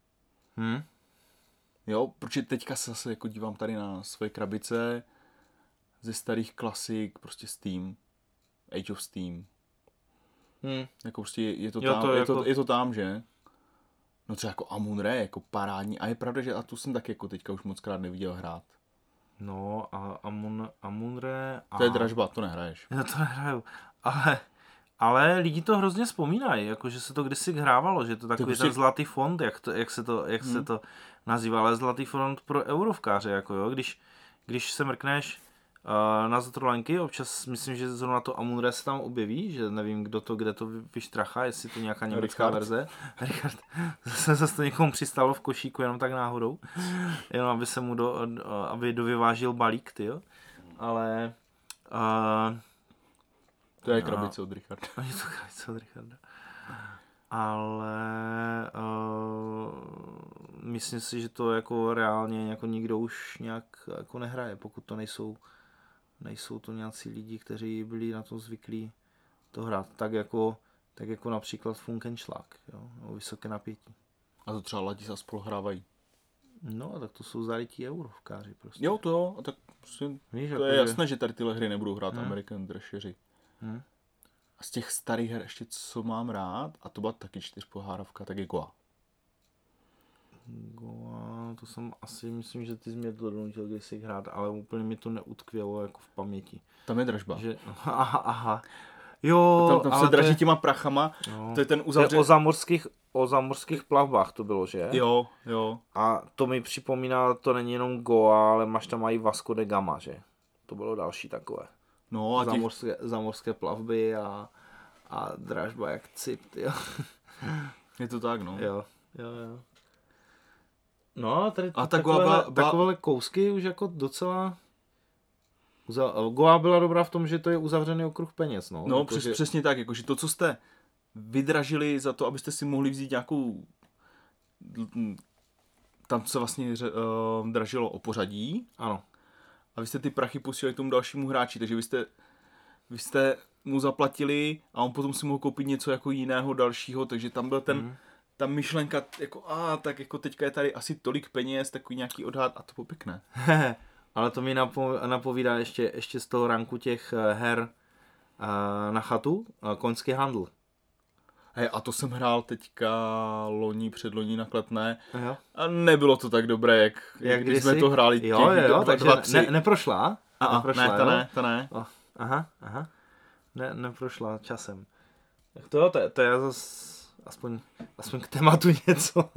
Jo, protože teďka se zase jako dívám tady na svoje krabice ze starých klasik, prostě Steam, Age of Steam. Jako prostě je to tam, je to tam, že? No třeba jako Amun-Re, jako parádní. A je pravda, že a tu jsem tak jako teďka už mockrát neviděl hrát. No a Amun-Re... To je dražba, to nehraješ. Já to nehraju, ale lidi to hrozně vzpomínají, jako že se to kdysi hrávalo, že to takový prostě ten zlatý fond, jak se to nazývá, ale zlatý fond pro eurovkáře, jako jo, když se mrkneš na Zatrolenky, občas myslím, že zrovna to Amun-Re se tam objeví, že nevím, kde to vyštrachá, jestli to nějaká německá verze. Richard, zase to někomu přistalo v košíku jenom tak náhodou, jenom aby se mu aby dovyvážil balík, tyjo. Ale to je krabice od Richarda. Je to krabice od Richarda. Ale myslím si, že to jako reálně jako nikdo už nějak jako nehraje, pokud to nejsou to nějací lidi, kteří byli na to zvyklí to hrát. Tak jako například Funkenschlag, jo, vysoké napětí. A to třeba lidi se spolu hrávají. No, tak to jsou zarytí eurovkáři prostě. Jo, to jo, tak prostě, víš, to je jasné, že tady tyhle hry nebudou hrát American Thrasheri. A z těch starých her ještě, co mám rád, a to byla taky 4pohárovka, tak je Goa. Goa, to jsem asi, myslím, že ty jsi mě to donutil kdysi hrát, ale úplně mi to neutkvělo jako v paměti. Tam je dražba. Že, aha. Jo, tam se draží těma prachama, to je ten uzavřený... O zamorských plavbách to bylo, že? Jo. A to mi připomíná, to není jenom Goa, ale máš tam i Vasco de Gama, že? To bylo další takové. No a zamorské plavby a dražba jak cip, jo. Je to tak, no. Jo. No, tady takové kousky už jako docela... Goa byla dobrá v tom, že to je uzavřený okruh peněz, no. No, jako, přesně tak, jakože to, co jste vydražili za to, abyste si mohli vzít nějakou... Tam se vlastně dražilo o pořadí. Ano. A vy jste ty prachy posílali tomu dalšímu hráči, takže vy jste mu zaplatili a on potom si mohl koupit něco jako jiného dalšího, takže tam byl ta myšlenka, jako tak jako teďka je tady asi tolik peněz, takový nějaký odhad a to bylo pěkné. Ale to mi napovídá ještě z toho ranku těch her na chatu, koňský handl. Hej, a to jsem hrál teďka předloni na Kletné a nebylo to tak dobré, jak když jsme to hráli. Jo, takže neprošla? Ta ne. Aha. Neprošla časem. Tak to je zase aspoň k tématu něco.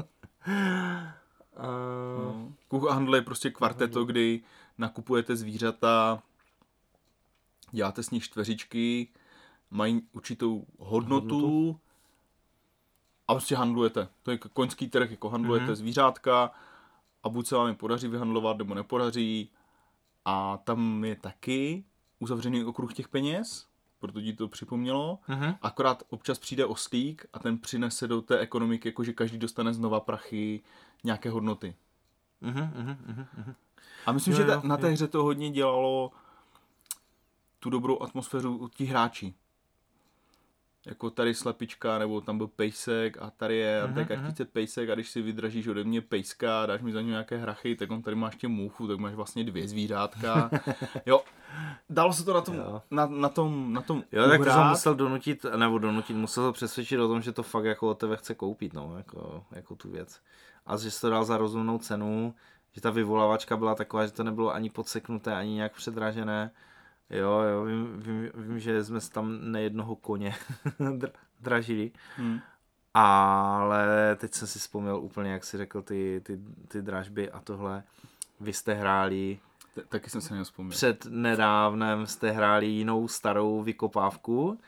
Kuch handle je prostě kvarteto, kdy nakupujete zvířata, děláte s nich čtveřičky, mají určitou hodnotu a prostě handlujete. To je koňský trh, jako handlujete zvířátka a buď se vám je podaří vyhandlovat, nebo nepodaří. A tam je taky uzavřený okruh těch peněz, proto ti to připomnělo. Akorát občas přijde oslík a ten přinese do té ekonomiky, jakože každý dostane znova prachy, nějaké hodnoty. A myslím, že na té hře to hodně dělalo tu dobrou atmosféru ti hráči. Jako tady slepička, nebo tam byl pejsek a tady je na té kartičce pejsek a když si vydražíš ode mě pejska a dáš mi za něj nějaké hrachy, tak on tady máš tě muchu, tak máš vlastně 2 zvířátka. Jo, dalo se to na tom jo, tak to jsem musel musel to přesvědčit o tom, že to fakt jako od tebe chce koupit, no, jako tu věc. A že jsi to dal za rozumnou cenu, že ta vyvolávačka byla taková, že to nebylo ani podseknuté, ani nějak předražené. Jo, vím, že jsme tam nejednoho koně dražili, ale teď jsem si vzpomněl úplně, jak jsi řekl ty dražby a tohle. Vy jste hráli, taky jsem se nevzpomněl. Před nedávnem jste hráli jinou starou vykopávku.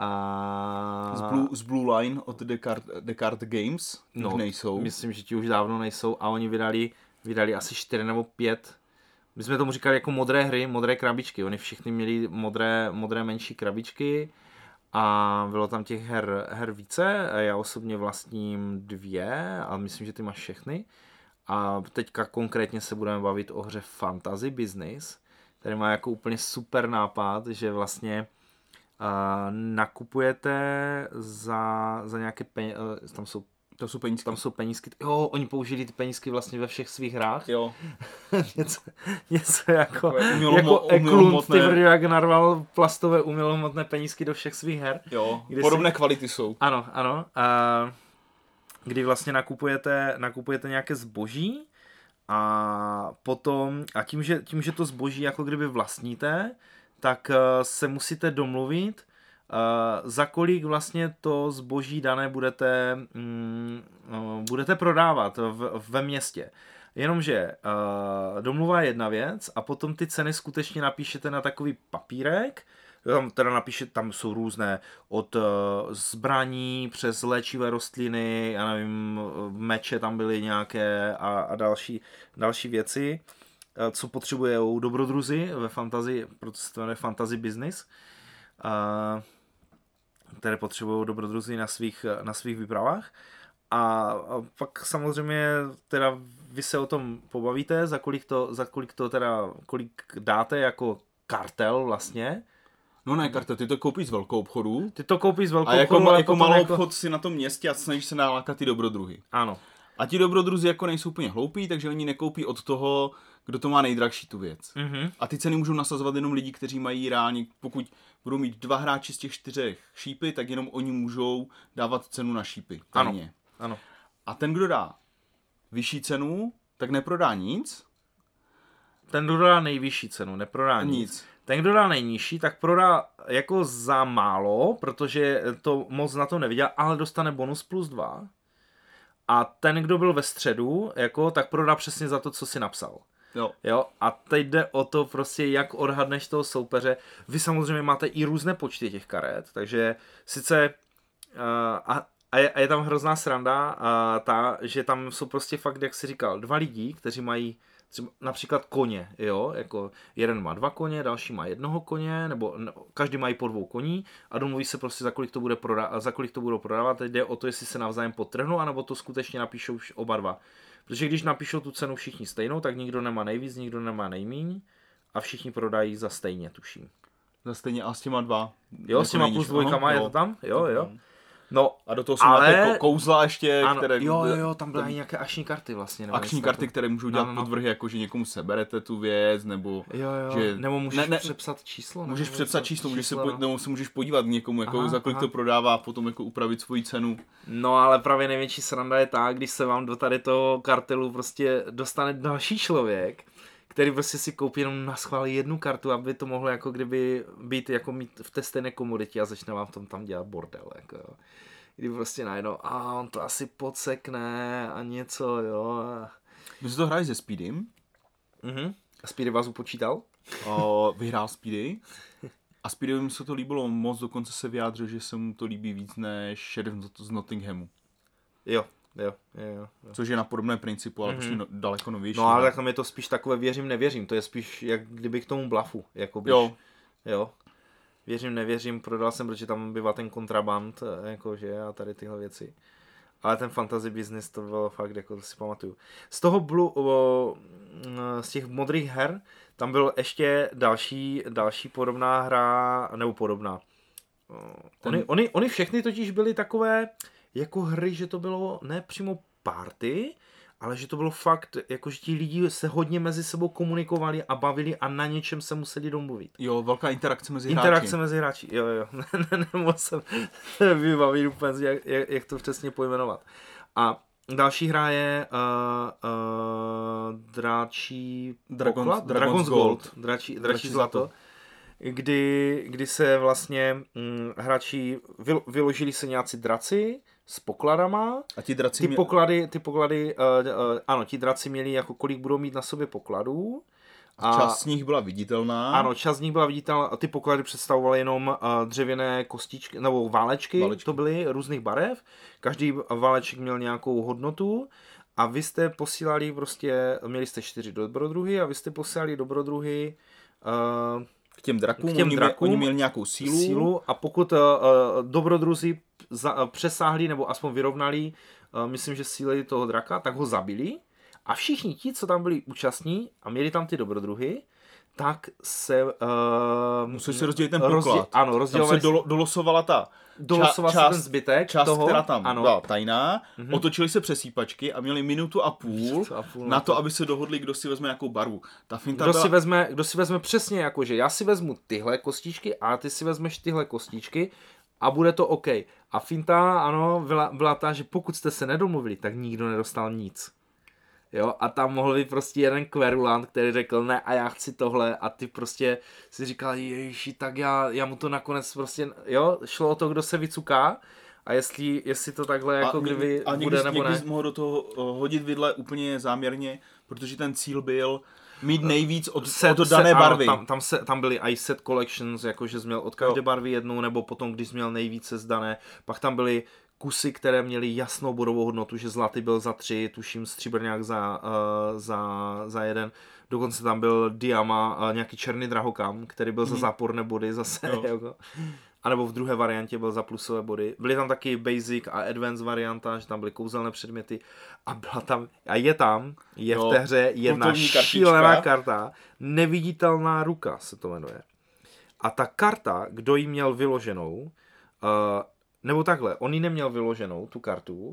Z Blue Line od Descartes Games už nejsou. Myslím, že ti už dávno nejsou a oni vydali asi 4 nebo 5. My jsme tomu říkali jako modré hry, modré krabičky. Oni všichni měli modré menší krabičky a bylo tam těch her více. Já osobně vlastním 2 a myslím, že ty máš všechny. A teďka konkrétně se budeme bavit o hře Fantasy Business, který má jako úplně super nápad, že vlastně nakupujete za nějaké peníze, tam jsou penízky. Jo, oni použili ty penízky vlastně ve všech svých hrách. Jo. něco jako Eklund, jak narval plastové umělohmotné penízky do všech svých her. Jo, podobné kvality jsou. Ano. Kdy vlastně nakupujete nějaké zboží a potom, a tím, že to zboží jako kdyby vlastníte, tak se musíte domluvit, za kolik vlastně to zboží dané budete prodávat ve městě. Jenomže domluva je jedna věc a potom ty ceny skutečně napíšete na takový papírek, tam jsou různé od zbraní přes léčivé rostliny, já nevím, meče tam byly nějaké a další věci, co potřebují dobrodruzi ve fantasy, proto se to jmenuje Fantasy Business, které potřebují dobrodruzi na svých výpravách. A pak samozřejmě teda vy se o tom pobavíte, za kolik dáte jako kartel vlastně. No ne, kartel, ty to koupíš z velkou obchodu. A jako malou obchod si na tom městě a snažíš se nalákat ty dobrodruhy. Ano. A ti dobrodruzi jako nejsou úplně hloupí, takže oni nekoupí od toho, kdo to má nejdražší tu věc. Mm-hmm. A ty ceny můžou nasazovat jenom lidi, kteří mají reálně, pokud budou mít 2 hráči z těch 4 šípy, tak jenom oni můžou dávat cenu na šípy. Ano. A ten, kdo dá vyšší cenu, tak neprodá nic. Ten, kdo dá nejvyšší cenu, neprodá nic. Ten, kdo dá nejnižší, tak prodá jako za málo, protože to moc na to neviděl, ale dostane bonus +2. A ten, kdo byl ve středu, jako, tak prodá přesně za to, co si napsal. Jo. A teď jde o to prostě, jak odhadneš toho soupeře. Vy samozřejmě máte i různé počty těch karet, takže sice a je tam hrozná sranda, že tam jsou prostě fakt, jak jsi říkal, 2 lidi, kteří mají třeba například koně, jo, jako jeden má 2 koně, další má 1 koně, nebo každý mají po 2 koní a domluví se prostě, za kolik to budou prodávat. Teď jde o to, jestli se navzájem podtrhnou, anebo to skutečně napíšou oba dva. Protože když napíšou tu cenu všichni stejnou, tak nikdo nemá nejvíc, nikdo nemá nejmíň a všichni prodají za stejně, tuším. Za stejně a s těma 2. Jo, s těma +2 je to tam? Jo. No, a do toho jsou nějaké kouzla ještě, ano, které... Jo, tam byly nějaké akční karty vlastně. Akční karty, které můžou dělat podvrhy, jako že někomu seberete tu věc, nebo... Jo. Že... Nebo můžeš přepsat číslo. Můžeš přepsat číslo, nebo se můžeš podívat někomu, jako za kolik to prodává, a potom jako upravit svoji cenu. No, ale právě největší sranda je ta, když se vám do tady toho kartelu prostě dostane další člověk, který prostě si koupí jenom na schvál 1 kartu, aby to mohlo jako kdyby být jako mít v té stejné komoditě a začne vám tam dělat bordel, jako jo. Kdy prostě najednou, on to asi podsekne a něco, jo. My jsme to hráli se Speedym. A Speedy vás upočítal? Vyhrál Speedy. A Speedovi se to líbilo moc, dokonce se vyjádřil, že se mu to líbí víc než Sheriff z Nottinghamu. Jo. Což je na podobném principu, ale prostě daleko novější. No ale tak je to spíš takové věřím, nevěřím. To je spíš jak kdyby k tomu blufu. Jakoby, jo. Věřím, nevěřím, prodal jsem, protože tam bývá ten kontraband, jakože, a tady tyhle věci. Ale ten fantasy business, to bylo fakt, jako to si pamatuju. Z toho z těch modrých her, tam byl ještě další podobná hra, nebo podobná. Oni všechny totiž byly takové jako hry, že to bylo ne přímo party, ale že to bylo fakt, jako že ti lidi se hodně mezi sebou komunikovali a bavili a na něčem se museli domluvit. Jo, velká interakce mezi hráči. Jo. Nemohl jsem vybavit úplně, jak to přesně pojmenovat. A další hra je Dragon's Gold. Dračí zlato. Kdy se vlastně hráči vyložili se nějací draci s pokladama. A ti draci ty poklady, ano, ti draci měli jako kolik budou mít na sobě pokladů. A část z nich byla viditelná. Ano, část z nich byla viditelná a ty poklady představovaly jenom dřevěné kostičky, nebo válečky, to byly různých barev. Každý váleček měl nějakou hodnotu a vy jste posílali prostě, měli jste 4 dobrodruhy a vy jste posílali dobrodruhy k těm drakům, oni měli nějakou sílu a pokud dobrodruzi přesáhli nebo aspoň vyrovnali, myslím, že síly toho draka, tak ho zabili a všichni ti, co tam byli účastní a měli tam ty dobrodruhy, tak se... museli se rozdělit ten poklad. Rozdělovali... Tam se dolosovala Dolosoval se ten zbytek část, toho, která tam byla tajná, otočili se přesýpačky a měli minutu a půl na to, aby se dohodli, kdo si vezme nějakou barvu. Ta finta kdo si vezme přesně jako, že já si vezmu tyhle kostičky a ty si vezmeš tyhle kostičky a bude to OK. A finta, ano, byla ta, že pokud jste se nedomluvili, tak nikdo nedostal nic. Jo, a tam mohl být prostě jeden kverulant, který řekl ne a já chci tohle a ty prostě si říkal ježiši, tak já mu to nakonec prostě, jo, šlo o to, kdo se vycuká a jestli to takhle jako kdyby bude nebo ne. A někdy mohl do toho hodit vidle úplně záměrně, protože ten cíl byl mít nejvíc od dané barvy. Tam byly i set collections, jakože jsi měl od každé barvy jednu, nebo potom, když jsi měl nejvíce zdané, pak tam byly kusy, které měly jasnou bodovou hodnotu, že zlatý byl za 3, tuším stříbrňák za 1. Dokonce tam byl diama, nějaký černý drahokam, který byl za záporné body zase. Jako. A nebo v druhé variantě byl za plusové body. Byly tam taky basic a advanced varianta, že tam byly kouzelné předměty a byla tam, je v té hře jedna šílená karta, neviditelná ruka se to jmenuje. A ta karta, kdo ji měl vyloženou, nebo takhle, on ji neměl vyloženou, tu kartu,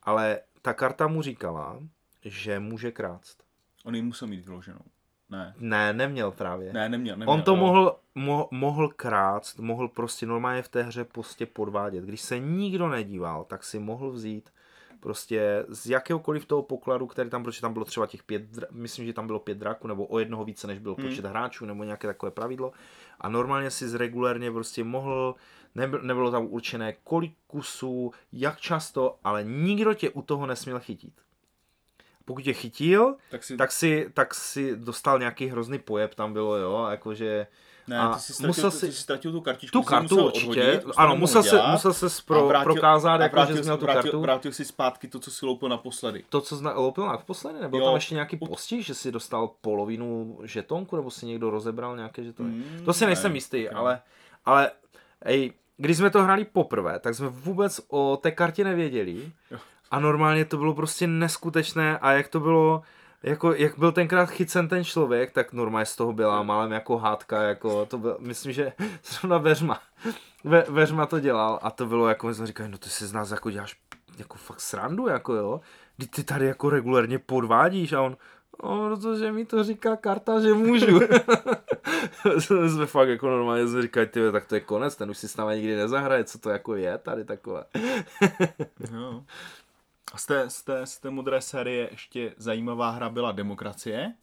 ale ta karta mu říkala, že může krást. On ji musel mít vyloženou. Ne, neměl právě. Neměl. On to mohl krást, mohl prostě normálně v té hře prostě podvádět. Když se nikdo nedíval, tak si mohl vzít prostě z jakéhokoliv toho pokladu, který tam, protože tam bylo třeba těch 5, myslím, že tam bylo 5 dráků, nebo o jednoho více, než byl počet hráčů, nebo nějaké takové pravidlo. A normálně si regulérně prostě mohl, nebylo tam určené kolik kusů, jak často, ale nikdo tě u toho nesměl chytit. Pokud tě chytil, tak si dostal nějaký hrozný pojeb, tam bylo, jo, jakože... Ne, ty jsi ztratil tu kartičku. Tu kartu určitě, ano, musel se prokázat, jako, že jsi měl tu kartu. Vrátil si zpátky to, co si loupil naposledy. To, co jsi loupil naposledy? Nebyl tam ještě nějaký postih, že jsi dostal polovinu žetonku, nebo si někdo rozebral nějaké žetony? To si nejsem jistý, ale když jsme to hráli poprvé, tak jsme vůbec o té kartě nevěděli. A normálně to bylo prostě neskutečné a jak to bylo, jak byl tenkrát chycen ten člověk, tak normálně z toho byla málem jako hádka, jako to byl, myslím, že zrovna Veřma to dělal a to bylo jako, my jsme říkali, no ty si z nás jako děláš jako fakt srandu, jako jo, ty tady jako regulérně podvádíš a on, protože mi to říká karta, že můžu. Jsme fakt jako normálně říkali, tyhle, tak to je konec, ten už si s námi nikdy nezahraje, co to jako je tady takové. Jo. A z té modré série ještě zajímavá hra byla Demokracie.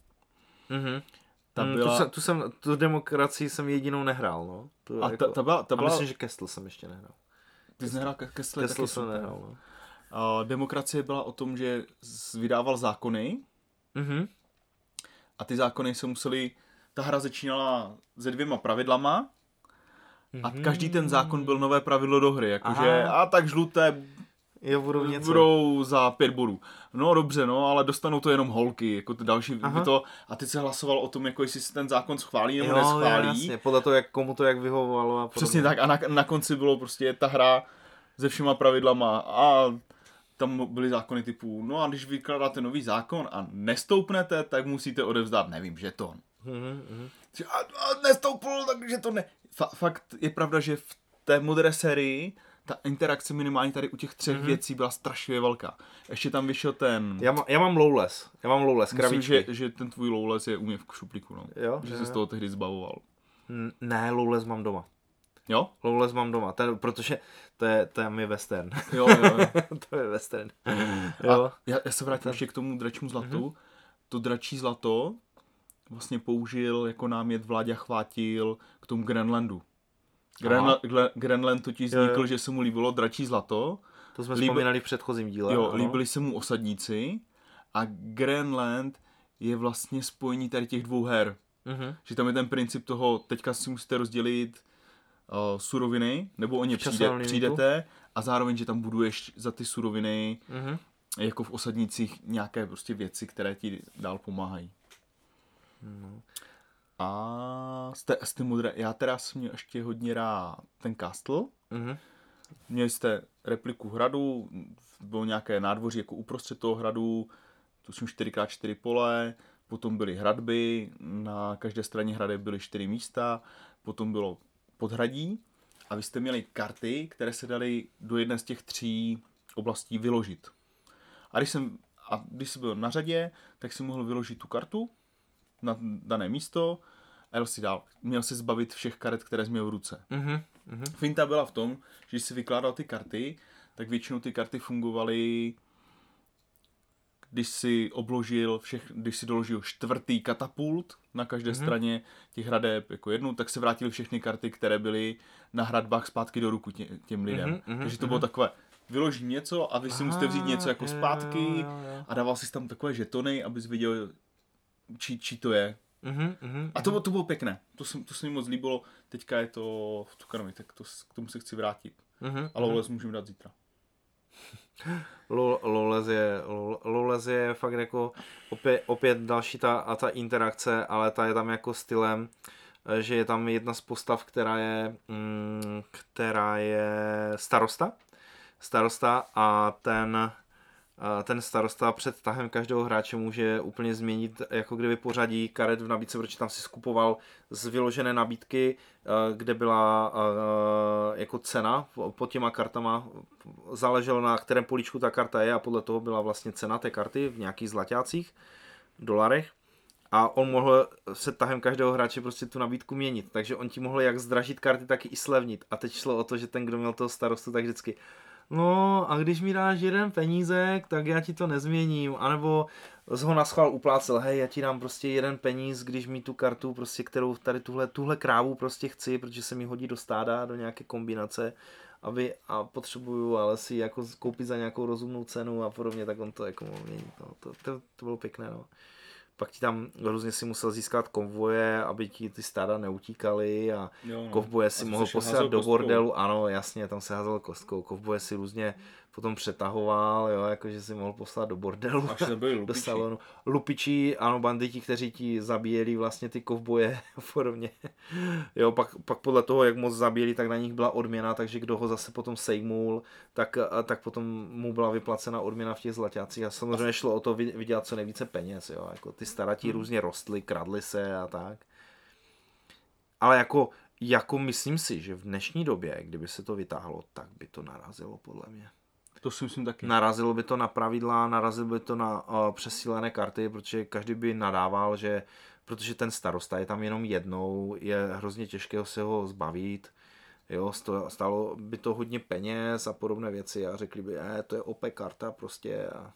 Tu Demokracii jsem jedinou nehrál, no. Ta byla... A myslím, že Castle jsem ještě nehrál. Ty jsi nehrál Castle? Castle jsem nehrál, no. Demokracie byla o tom, že vydával zákony a ty zákony se museli... Ta hra začínala se 2 pravidlama a každý ten zákon byl nové pravidlo do hry, jakože a tak žluté budou za 5 bodů. No dobře, no, ale dostanou to jenom holky, jako ty další to, a teď se hlasoval o tom, jako jestli se ten zákon schválí nebo neschválí. Jasně, podle toho, komu to jak vyhovovalo. A přesně tak, a na konci bylo prostě ta hra se všema pravidlama a tam byly zákony typu, no a když vykládáte nový zákon a nestoupnete, tak musíte odevzdat, nevím, žeton. A nestoupil, takže to ne. Fakt je pravda, že v té modré sérii ta interakce minimálně tady u těch 3 věcí byla strašně velká. Ještě tam vyšel ten... Já mám lowless, krabičky. Myslím, že ten tvůj lowless je u mě v šuplíku, no. Jo? Že se z toho tehdy zbavoval. Ne, lowless mám doma. Jo? Lowless mám doma, protože to je western. Jo. To je western. Jo. Já se vrátím ještě k tomu dračímu zlatu. To dračí zlato vlastně použil jako námět Vláďa Chvátil k tomu Grenlandu. Grenland totiž vznikl, že se mu líbilo dračí zlato. To jsme vzpomínali v předchozím díle. Jo, líbili se mu osadníci a Grenland je vlastně spojení tady těch 2 her. Že tam je ten princip toho, teďka si musíte rozdělit suroviny, nebo o ně přijdete a zároveň, že tam buduješ za ty suroviny jako v osadnicích nějaké prostě věci, které ti dál pomáhají. A z té modré, já teda jsem měl ještě hodně rád ten Castle. Měli jste repliku hradu, bylo nějaké nádvoří jako uprostřed toho hradu, to jsou 4x4 pole, potom byly hradby, na každé straně hrady byly 4 místa, potom bylo podhradí a vy jste měli karty, které se daly do jedné z těch 3 oblastí vyložit. A když jsi byl na řadě, tak si mohl vyložit tu kartu na dané místo a jel si dál. Měl si zbavit všech karet, které jsi měl v ruce. Finta byla v tom, že když si vykládal ty karty, tak většinou ty karty fungovaly, když si doložil 4. katapult na každé straně těch hradeb jako jednu, tak se vrátily všechny karty, které byly na hradbách zpátky do ruku těm lidem. Takže to bylo takové, vyložím něco a vy si musíte vzít něco jako zpátky a dával si tam takové žetony, abys viděl, čí to je. A to bylo pěkné. To se mi moc líbilo. Teďka je to v Cukrami, tak k tomu se chci vrátit. A Lowless můžeme dát zítra. Lowless je fakt jako opět další ta interakce, ale ta je tam jako stylem, že je tam jedna z postav, která je starosta a ten ten starosta před tahem každého hráče může úplně změnit jako kdyby pořadí karet v nabídce, protože tam si skupoval z vyložené nabídky, kde byla jako cena pod těma kartama, záleželo na kterém políčku ta karta je a podle toho byla vlastně cena té karty v nějakých zlaťácích, dolarech. A on mohl se tahem každého hráče prostě tu nabídku měnit, takže on ti mohl jak zdražit karty, tak i slevnit. A teď šlo o to, že ten, kdo měl toho starostu, tak vždycky no a když mi dáš jeden penízek, tak já ti to nezměním, anebo ho naschvál uplácel, hej, já ti dám prostě jeden peníz, když mi tu kartu, prostě, kterou tady tuhle krávu prostě chci, protože se mi hodí do stáda, do nějaké kombinace, a potřebuju ale si jako koupit za nějakou rozumnou cenu a podobně, tak on to jako mohl měnit, no. To bylo pěkné, no. Pak ti tam různě si musel získat konvoje, aby ti ty stáda neutíkaly a kovboje si mohl posílat do bordelu, ano, jasně, tam se házel kostkou, kovboje si různě potom přetahoval, jo, jakože si mohl poslat do bordelu, do salonu. Lupiči, ano, banditi, kteří ti zabíjeli vlastně ty kovboje a podobně. Jo, pak podle toho, jak moc zabíjeli, tak na nich byla odměna, takže kdo ho zase potom sejmul, tak potom mu byla vyplacena odměna v těch zlaťácích a samozřejmě šlo o to vydělat co nejvíce peněz, jo, jako ty staratí různě rostly, kradly se a tak. Ale jako myslím si, že v dnešní době, kdyby se to vytáhlo, tak by to narazilo podle mě. To si myslím taky. Narazilo by to na pravidla, narazilo by to na přesílené karty, protože každý by nadával, že protože ten starosta je tam jenom jednou, je hrozně těžké se ho zbavit, jo, stálo by to hodně peněz a podobné věci a řekli by, to je OP karta prostě. A...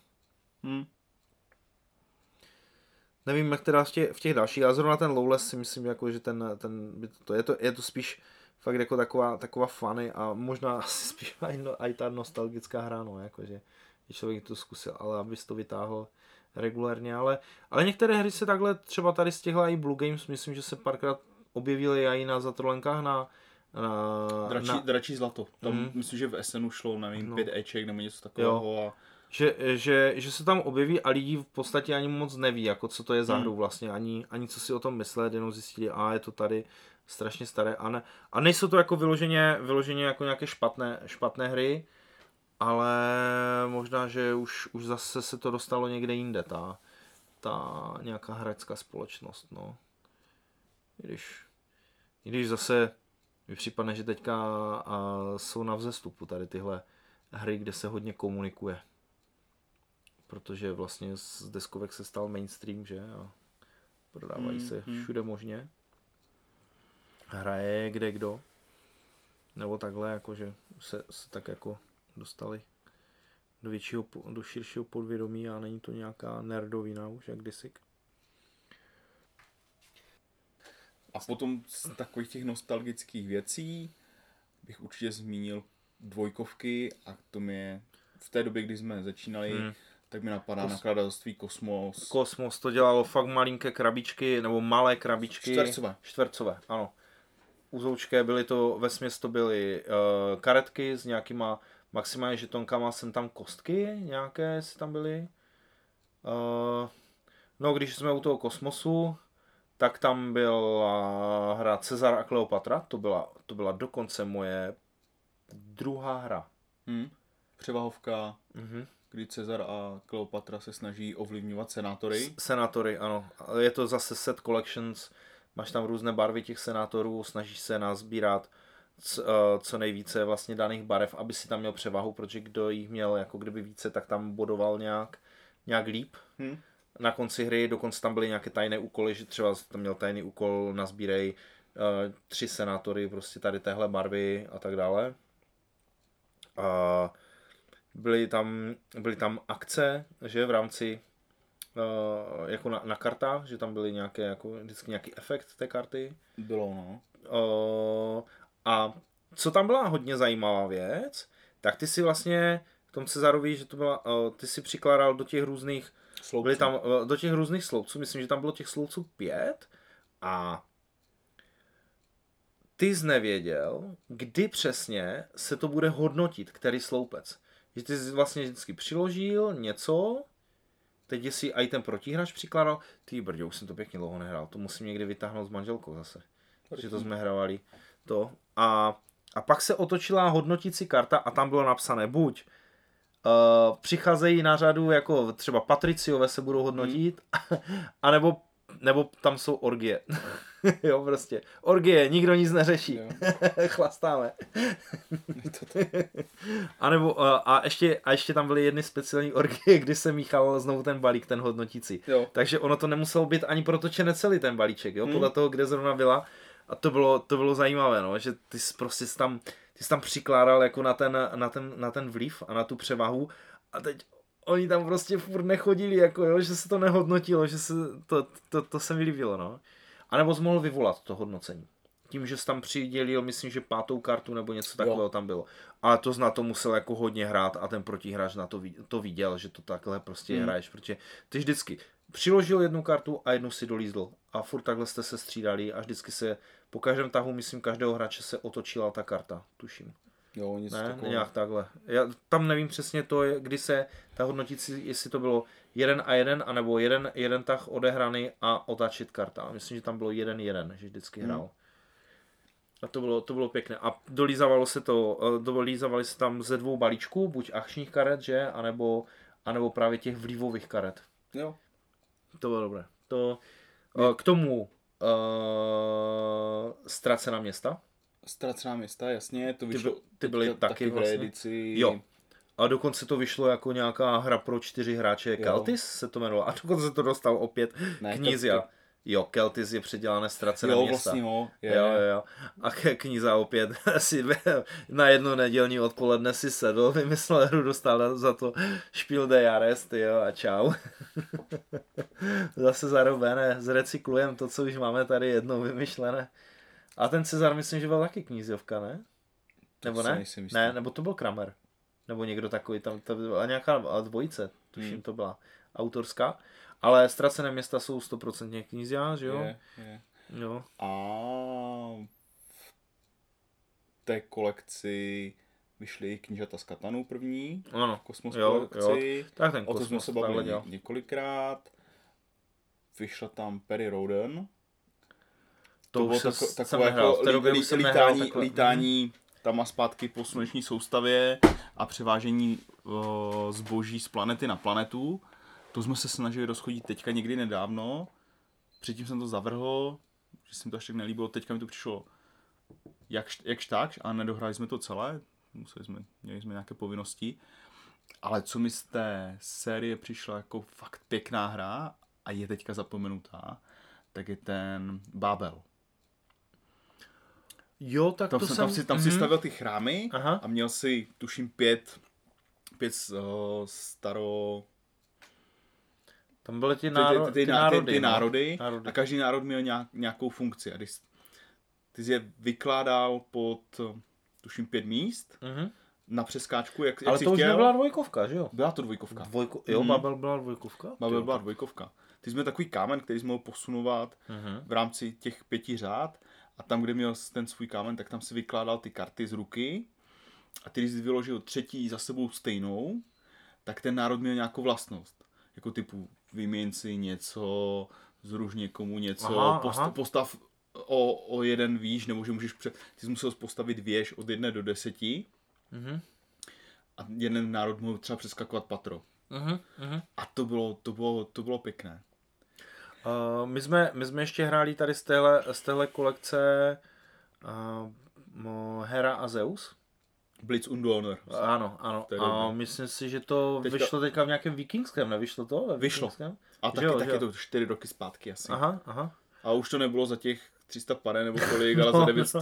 Nevím, jak teda v těch dalších, ale zrovna ten Lawless si myslím, jako, že je to spíš fakt jako taková funny a možná asi spíš i ta nostalgická hra, no, jakože člověk to zkusil, ale abys to vytáhl regulérně, ale některé hry se takhle, třeba tady z těchto i Blue Games, myslím, že se párkrát objevily i na zatrolenkách na Dračí zlato. Tam myslím, že v SNu šlo, nevím, 5 Eček nebo něco takového. A... Že se tam objeví a lidi v podstatě ani moc neví, jako co to je za hru vlastně, ani co si o tom myslet, jenom zjistili, je to tady strašně staré a nejsou to jako vyloženě jako nějaké špatné hry, ale možná, že už zase se to dostalo někde jinde, ta nějaká hráčská společnost, no. Když zase mi připadne, že teďka jsou na vzestupu tady tyhle hry, kde se hodně komunikuje. Protože vlastně z deskovek se stal mainstream, že? A prodávají se všude možně. Hraje kde kdo. Nebo takhle, jakože se tak jako dostali do širšího podvědomí a není to nějaká nerdovina už, jak kdysi. A potom z takových těch nostalgických věcí bych určitě zmínil dvojkovky a to mě v té době, kdy jsme začínali, tak mi napadá nakladatelství Kosmos. Kosmos to dělalo fakt malinké krabičky, nebo malé krabičky. Čtvercové, ano. Uzoučké vesměs to byly karetky s nějakýma maximálně žetonkama, jsem tam kostky nějaké si tam byly. No, když jsme u toho Kosmosu, tak tam byla hra Cezar a Kleopatra, to byla dokonce moje druhá hra. Převahovka, kdy Cezar a Kleopatra se snaží ovlivňovat senátory. Senátory, ano. Je to zase set collections, máš tam různé barvy těch senátorů, snažíš se nazbírat co nejvíce vlastně daných barev, aby si tam měl převahu, protože kdo jich měl jako kdyby více, tak tam bodoval nějak líp. Na konci hry dokonce tam byly nějaké tajné úkoly, že třeba tam měl tajný úkol, nazbírej 3 senátory prostě tady téhle barvy a tak dále. Byly tam akce, že v rámci jako na kartách, že tam byly nějaké jako vždycky nějaký efekt té karty. Bylo, no. A co tam byla hodně zajímavá věc, tak ty si vlastně v tom Cezarovi, že to byla, ty si přikládal do těch různých sloupců. Byly tam do těch různých sloupců, myslím, že tam bylo těch sloupců 5 a ty jsi nevěděl, kdy přesně se to bude hodnotit, který sloupec. Že ty jsi vlastně vždycky přiložil něco, teď si i ten protihráč přikládal, ty brďo, už jsem to pěkně dlouho nehrál, to musím někdy vytáhnout s manželkou zase, protože to jsme hrávali to. A pak se otočila hodnotící karta a tam bylo napsané buď přicházejí na řadu jako třeba Patriciové se budou hodnotit, anebo tam jsou orgie. Jo, prostě. Orgie, nikdo nic neřeší. Chlastáme. A ještě tam byly jedny speciální orgie, kdy se míchal znovu ten balík, ten hodnotící. Jo. Takže ono to nemuselo být ani protočené celý ten balíček, jo, podle toho, kde zrovna byla. A to bylo zajímavé, no, že ty jsi prostě tam přikládal jako na ten vliv a na tu převahu a teď oni tam prostě furt nechodili, jako jo, že se to nehodnotilo, že se to se mi líbilo, no. A nebo jsi mohl vyvolat to hodnocení. Tím, že jsi tam přidělil, myslím, že 5. kartu nebo něco takového tam bylo. Ale to na to musel jako hodně hrát a ten protihráč na to viděl, že to takhle prostě hraješ, protože ty vždycky přiložil 1 kartu a 1 si dolízl. A furt takhle jste se střídali a vždycky se po každém tahu, myslím, každého hráče se otočila ta karta, tuším. Jo, nic takového. Nějak takhle. Já tam nevím přesně to, kdy se ta hodnotící, jestli to bylo 1 a 1, anebo jeden tah odehraný a otáčet karta. Myslím, že tam bylo 1-1, že vždycky hrál. A to bylo pěkné. A dolízavali se tam ze 2 balíčků, buď akčních karet, že, anebo právě těch vlivových karet. Jo. To bylo dobré. K tomu Ztracená města. Ztracená města, jasně, to vyšlo. Ty byly taky v reedici. Jo. A dokonce to vyšlo jako nějaká hra pro 4 hráče. Keltis se to jmenovalo. A dokonce to dostal opět Knizia. Jo, Keltis je předělané Ztracené města. Vlastně, jo. A Kníza opět si na jedno nedělní odpoledne si sedl, vymyslel hru, dostal za to Spiel des Jahres, jo, a čau. Zase zarobené, zrecyklujeme to, co už máme tady jednou vymyšlené. A ten Cezar, myslím, že byl taky knízovka, ne? Nebo ne? Ne, nebo to byl Kramer. Nebo někdo takový, tam byla nějaká dvojice, tuším to byla autorská. Ale Ztracené města jsou 100% knízia, že jo? Je. Jo. A v té kolekci vyšly knížata z Katanu první. Ano. Kosmos kolekci. Jo. Tak ten o to jsme se bavili několikrát. Vyšla tam Perry Roden. To bylo takové jako lítání tam a zpátky po sluneční soustavě a převážení zboží z planety na planetu. To jsme se snažili rozchodit teďka někdy nedávno. Předtím jsem to zavrhl, že se mi to až tak nelíbilo. Teďka mi to přišlo jakž tak, a nedohráli jsme to celé. Měli jsme nějaké povinnosti. Ale co mi z té série přišla jako fakt pěkná hra a je teďka zapomenutá, tak je ten Babel. Jo, tak tam si stavil ty chrámy. Aha. A měl si, tuším, 5 Tam byly ty národy a každý národ měl nějakou funkci. A když ty jsi je vykládal pod, tuším, 5 míst na přeskáčku, jak ale si to chtěl. už nebyla dvojkovka, že jo? Byla to dvojkovka. Babel byla dvojkovka? Babel byla dvojkovka. Ty jsi měl takový kámen, který jsi mohl posunovat v rámci těch 5 řád. A tam, kde měl ten svůj kámen, tak tam si vykládal ty karty z ruky. A ty, když jsi vyložil 3. za sebou stejnou, tak ten národ měl nějakou vlastnost. Jako typu vyměň si něco, zruž někomu něco, postav o 1 výš, nebo že můžeš ty jsi musel postavit věž od 1 do 10. A jeden národ mohl třeba přeskakovat patro. A to bylo pěkné. My jsme ještě hráli tady z téhle kolekce Hera a Zeus. Blitz und Donner. Ano. A myslím si, že to vyšlo teďka v nějakém vikingském, nevyšlo to? Vyšlo. A taky je to 4 roky zpátky asi. Aha. A už to nebylo za těch 300 pane nebo kolik, ale za 900.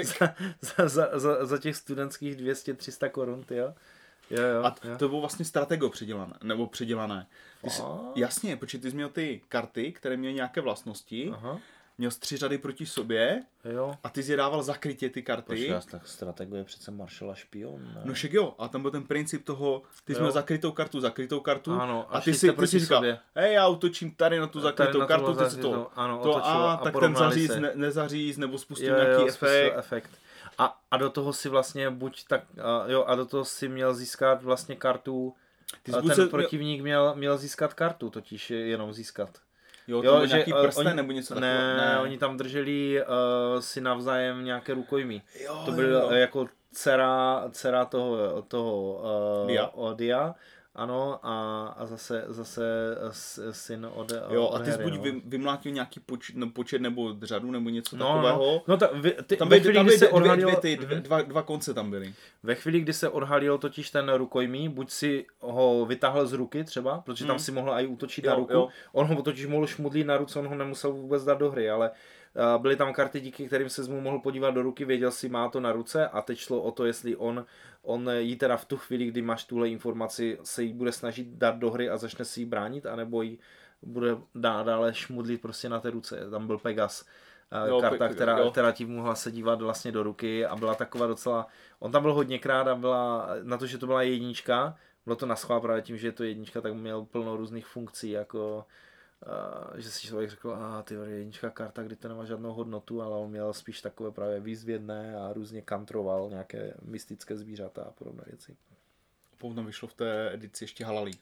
za těch studentských 200-300 korun, jo. To bylo vlastně stratego předělané. Jasně, protože ty jsi měl ty karty, které měly nějaké vlastnosti. Měl 3 řady proti sobě. Jo. A ty jsi je dával zakrytě ty karty. Tak stratego je přece Marshall a špion. Ne? No však jo, a tam byl ten princip toho, ty jsi měl zakrytou kartu. Ano, a ty si říkal, hej, já útočím tady na tu zakrytou kartu, ty si to. Tak ten zaříz, nezaříz, nebo spustím nějaký efekt. A do toho si vlastně a do toho si měl získat vlastně kartu. Protivník měl získat kartu, totiž jenom získat. Jo, to byl nějaký prsten nebo něco takového. Ne, oni tam drželi si navzájem nějaké rukojmí. To byl jako dcera toho Dia. Ano, a zase syn od Jo, a ty Harry, jsi buď vymlátil nějaký počet nebo řadu nebo něco takového. Tam byly dva konce tam byly. Ve chvíli, kdy se odhalil totiž ten rukojmí, buď si ho vytáhl z ruky třeba, protože tam si mohl i útočit na ruku. On ho totiž mohl šmudlit na ruce, on ho nemusel vůbec dát do hry, ale byly tam karty, díky kterým se mu mohl podívat do ruky, věděl si, má to na ruce a teď šlo o to, jestli on jí teda v tu chvíli, kdy máš tuhle informaci, se jí bude snažit dát do hry a začne si ji bránit, anebo jí bude dále šmudlit prostě na té ruce. Tam byl Pegas, karta, která ti mohla se dívat vlastně do ruky a byla taková docela, on tam byl hodněkrát a byla, na to, že to byla jednička, bylo to naschvál právě tím, že je to jednička, tak měl plno různých funkcí, jako že si člověk řekl, ty jednička karta, kdy to nemá žádnou hodnotu, ale on měl spíš takové právě výzvědné a různě kantroval nějaké mystické zvířata a podobné věci. Potom vyšlo v té edici ještě Halalí.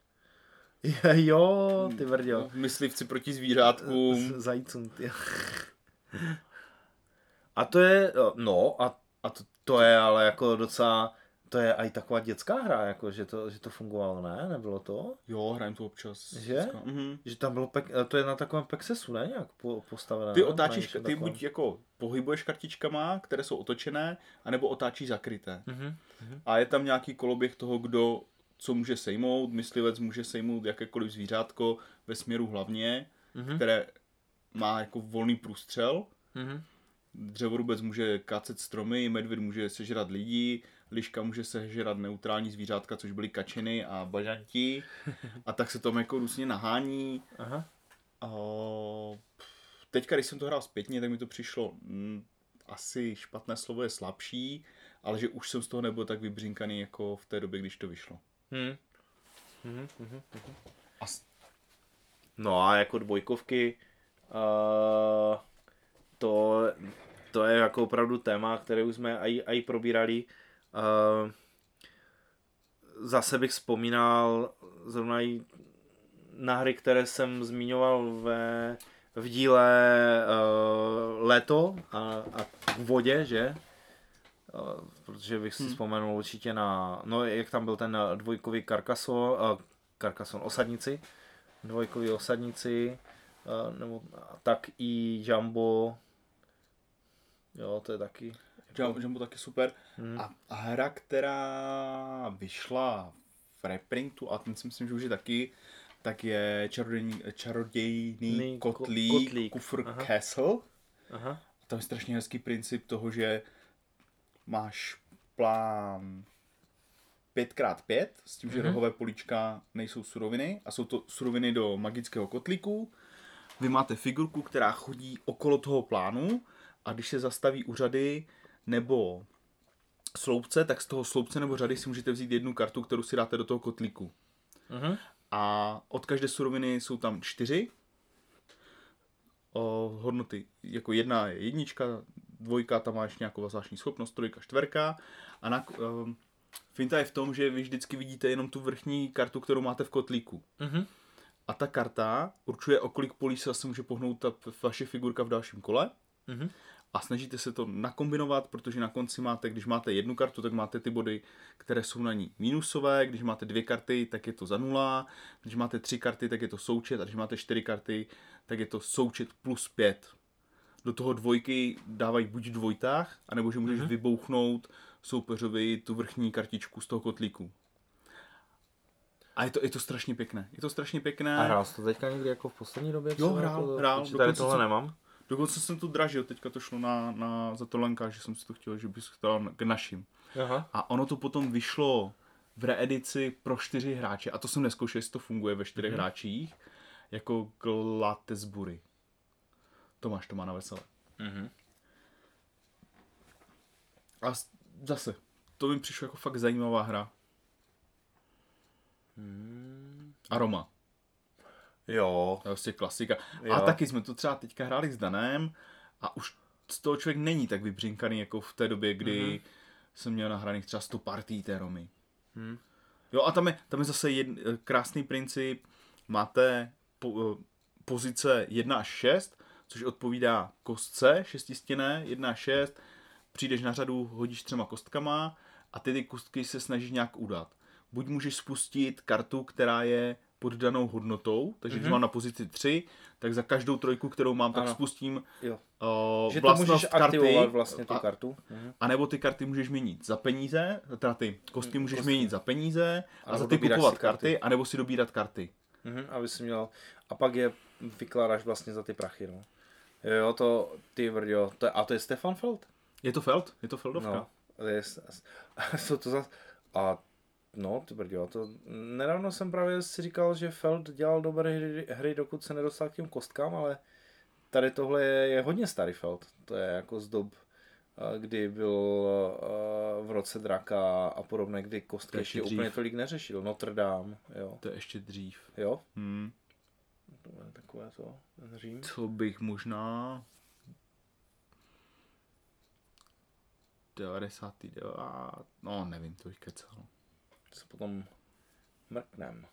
Jo, ty vrďo. Myslivci proti zvířátkům. Zajícům, A to je, to je ale jako docela, to je i taková dětská hra, jako, že to fungovalo, ne? Nebylo to? Jo, hrajem to občas. Že? Že tam bylo, to je na takovém pexesu, ne? Nějak postavené. Ty otáčíš, ty buď jako pohybuješ kartičkama, které jsou otočené, anebo otáčíš zakryté. A je tam nějaký koloběh toho, kdo co může sejmout. Myslivec může sejmout jakékoliv zvířátko ve směru hlavně, které má jako volný průstřel. Dřevorubec může kácet stromy, medvěd může sežrat lidi, liška může sežrat neutrální zvířátka, což byly kačeny a bažanti. A tak se to jako různě nahání. Aha. Teďka, když jsem to hrál zpětně, tak mi to přišlo, asi špatné slovo je slabší, ale že už jsem z toho nebyl tak vybřinkaný jako v té době, když to vyšlo. No a jako dvojkovky, to je jako opravdu téma, které už jsme i probírali. Zase bych vzpomínal zrovna i na hry, které jsem zmiňoval v díle Léto a k vodě, že? Protože bych si vzpomenul určitě jak tam byl ten dvojkový Carcassonne osadníci, dvojkový osadníci, nebo tak i Jumbo, jo, to je taky. Jumbo taky super. A hra, která vyšla v reprintu, a ten si myslím, že už je taky, tak je čarodějný kotlík Kufr Castle. Aha. Tam je strašně hezký princip toho, že máš plán 5x5, s tím, že rohové políčka nejsou suroviny a jsou to suroviny do magického kotlíku. Vy máte figurku, která chodí okolo toho plánu a když se zastaví u řady nebo sloupce, tak z toho sloupce nebo řady si můžete vzít jednu kartu, kterou si dáte do toho kotlíku. A od každé suroviny jsou tam 4 hodnoty. Jako 1 je jednička, 2 tam máš nějakou zvláštní schopnost, 3, 4 a finta je v tom, že vy vždycky vidíte jenom tu vrchní kartu, kterou máte v kotlíku. A ta karta určuje, o kolik polí se zase může pohnout ta vaše figurka v dalším kole. A snažíte se to nakombinovat, protože na konci máte, když máte 1 kartu, tak máte ty body, které jsou na ní minusové, když máte 2 karty, tak je to za 0, když máte 3 karty, tak je to součet a když máte 4 karty, tak je to součet plus 5. Do toho 2 dávají buď v dvojitách, anebo že můžeš vybouchnout soupeřovi tu vrchní kartičku z toho kotlíku. A je to strašně pěkné. A hrál jsi to teďka někdy jako v poslední době? Jo, hrál. Tady tohle nemám. Dokonce jsem to dražil, teďka to šlo za Tolenka, že jsem si to chtěl, že bych chtěl k našim. Aha. A ono to potom vyšlo v reedici pro 4 hráče, a to jsem neskoušel, jestli to funguje ve 4 hráčích, jako Glatesbury. Tomáš to má na veselé. A zase, to mi přišlo jako fakt zajímavá hra. Aroma. Jo. To je vlastně klasika. Jo. A taky jsme to třeba teďka hráli s Danem a už z toho člověk není tak vybřinkaný jako v té době, kdy jsem měl nahraných třeba 100 partí té Romy. Jo, a tam je zase krásný princip. Máte pozice 1 až 6, což odpovídá kostce šestistěné, 1 až 6, přijdeš na řadu, hodíš 3 kostkama a ty kostky se snažíš nějak udat. Buď můžeš spustit kartu, která je pod danou hodnotou, takže když mám na pozici 3, tak za každou 3, kterou mám, tak spustím že vlastnost to můžeš karty. Aktivovat vlastně tu kartu. A nebo ty karty můžeš měnit za peníze, teda ty kostky můžeš měnit za peníze a za ty kupovat karty, anebo si dobírat karty. Aby si měl, a pak je vykládáš vlastně za ty prachy, no. Jo, to, ty vrďo, a to je Stefan Feld? Je to Feldovka. No, to zas, a no, ty brďo, to nedávno jsem právě si říkal, že Feld dělal dobré hry, dokud se nedostal k těm kostkám, ale tady tohle je hodně starý Feld. To je jako z dob, kdy byl v roce draka a podobné, kdy kostky ještě úplně tolik neřešil. Notre Dame, jo. To je ještě dřív. Jo? To je takové to, Řím. Co bych možná... 99, no nevím, to bych kecal. Se potom mrknem.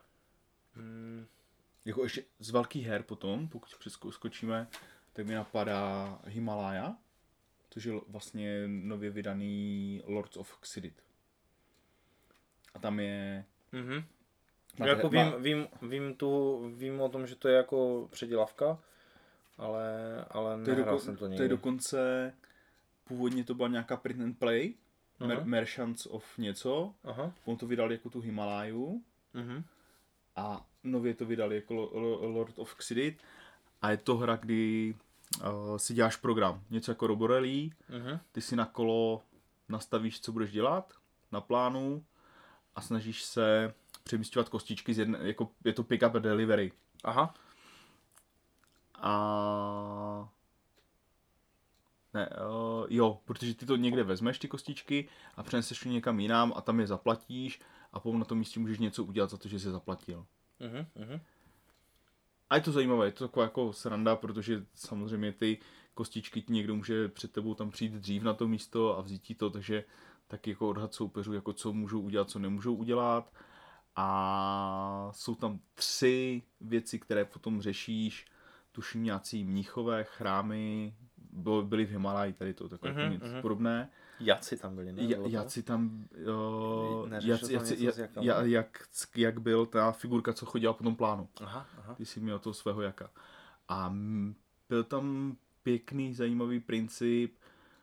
Jako ještě z velkých her potom, pokud přeskočíme, tak mi napadá Himalaya, což je vlastně nově vydaný Lords of Xidit. A tam je... Jako vím o tom, že to je jako předělavka, ale nehrál jsem to nikdy. To je dokonce, původně to byla nějaká print and play, Merchants of něco, on to vydal jako tu Himaláju a nově to vydali jako Lord of Xidit a je to hra, kdy si děláš program, něco jako Robo Rally, ty si na kolo nastavíš, co budeš dělat na plánu a snažíš se přemísťovat kostičky z jedné, jako je to pick up a delivery. Aha. A ne, jo, protože ty to někde vezmeš, ty kostičky, a přeneseš to někam jinam a tam je zaplatíš a potom na tom místě můžeš něco udělat za to, že jsi zaplatil. A je to zajímavé, je to taková jako sranda, protože samozřejmě ty kostičky ti někdo může před tebou tam přijít dřív na to místo a vzít ti to, takže taky jako odhad soupeřů, jako co můžou udělat, co nemůžou udělat. A jsou tam 3 věci, které potom řešíš, tuším nějací mnichové chrámy, byly v Himalaji tady to, takové něco podobné. Jaci tam byli, ne? Jaci tam, jak byl ta figurka, co chodila po tom plánu. Aha. Ty jsi měl toho svého jaka. A byl tam pěkný, zajímavý princip,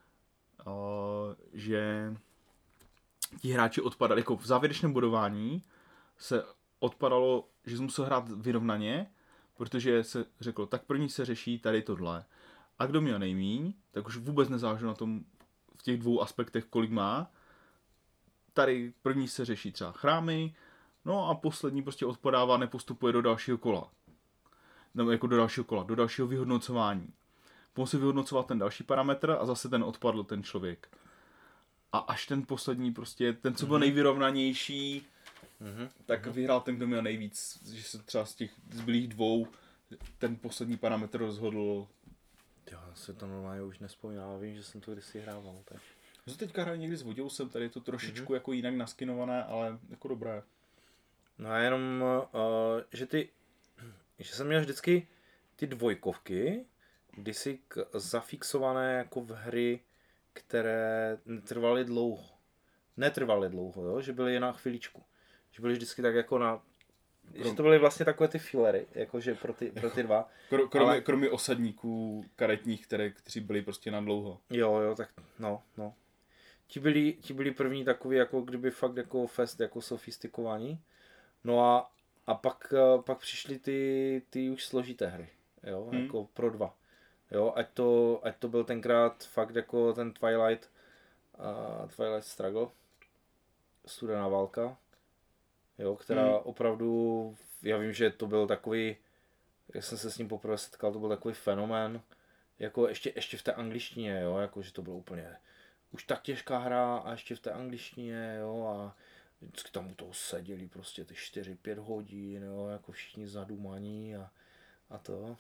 že ti hráči odpadali, jako v závěrečném bodování se odpadalo, že jsi musel hrát vyrovnaně, protože se řeklo, tak první se řeší tady tohle. A kdo měl nejmíň, tak už vůbec nezáleží na tom v těch 2 aspektech, kolik má. Tady první se řeší třeba chrámy, no a poslední prostě odpadává, nepostupuje do dalšího kola. Nebo jako do dalšího kola, do dalšího vyhodnocování. Musí vyhodnocovat ten další parametr a zase ten odpadl ten člověk. A až ten poslední prostě, ten co byl nejvyrovnanější, tak vyhrál ten, kdo měl nejvíc, že se třeba z těch zbylých 2 ten poslední parametr rozhodl. Já se to normálně už nespomínal, vím, že jsem to kdysi hrával. Tak. Já teďka hrál někdy s Voděusem, tady je to trošičku jako jinak naskinované, ale jako dobré. No a jenom, že jsem měl vždycky ty 2, kdysi zafixované jako v hry, které netrvaly dlouho, jo? Že byly jen na chviličku. Že byly vždycky tak jako že to byly vlastně takové ty filery, jakože pro ty 2. Kromě osadníků karetních, kteří byli prostě na dlouho. Jo, tak no. Ti byli první takový, jako kdyby fakt jako fest, jako sofistikovaní. No a pak přišly ty už složité hry, jo, jako pro 2. Jo, ať to byl tenkrát fakt jako ten Twilight Struggle, studená válka, jo, která opravdu, já vím, že to byl takový, jak jsem se s ním poprvé setkal, to byl takový fenomén, jako ještě v té angličtině, jo, jako že to bylo úplně už tak těžká hra a ještě v té angličtině, jo, a vždycky tam u toho seděli prostě ty 4-5 hodin, jo, jako všichni zadumaní a to.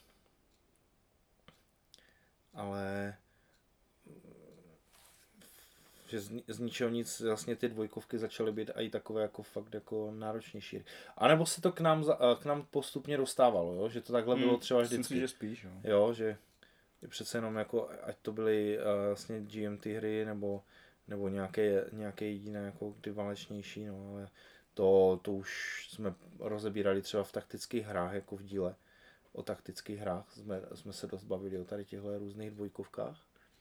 Ale že z ničeho nic vlastně ty 2 začaly být i takové jako fakt jako náročnější. A nebo se to k nám postupně dostávalo, jo? Že to takhle bylo třeba vždycky. Myslím si, že spíš, jo. Jo, že přece jenom jako, ať to byly vlastně GMT hry, nebo nějaké jiné jako ty válečnější, no, ale to už jsme rozebírali třeba v taktických hrách, jako v díle o taktických hrách, jsme se dost bavili o tady těchto různých dvojkovkách.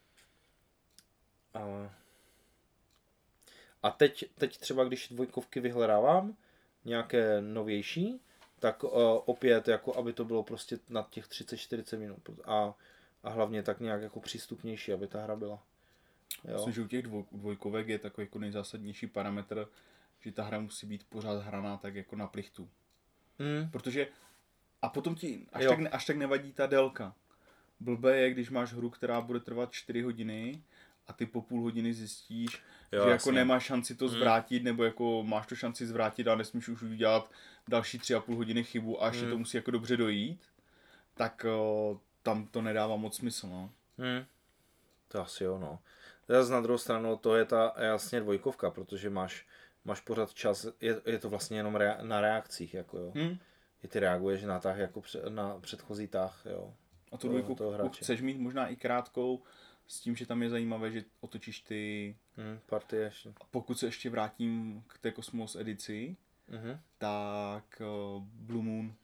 A teď třeba, když dvojkovky vyhledávám, nějaké novější, tak opět, jako aby to bylo prostě na těch 30-40 minut. A hlavně tak nějak jako přístupnější, aby ta hra byla. Jo. Myslím, že u těch dvojkovek je takový jako nejzásadnější parametr, že ta hra musí být pořád hraná tak jako na plichtu. Protože a potom ti až tak nevadí ta délka. Blbé je, když máš hru, která bude trvat 4 hodiny a ty po půl hodiny zjistíš, že jako nemáš šanci to zvrátit, nebo jako máš to šanci zvrátit a nesmíš už udělat další 3,5 hodiny chybu a ještě to musí jako dobře dojít, tak tam to nedává moc smysl, no. To asi jo, no. Zase na druhou stranu to je ta jasně dvojkovka, protože máš pořád čas, je to vlastně jenom na reakcích, jako jo. I ty reaguješ na tah jako na předchozí tah, jo. A tu dvojku chceš mít možná i krátkou, s tím, že tam je zajímavé, že otočíš ty partie ještě. A pokud se ještě vrátím k té Cosmos edici, tak Blue Moon.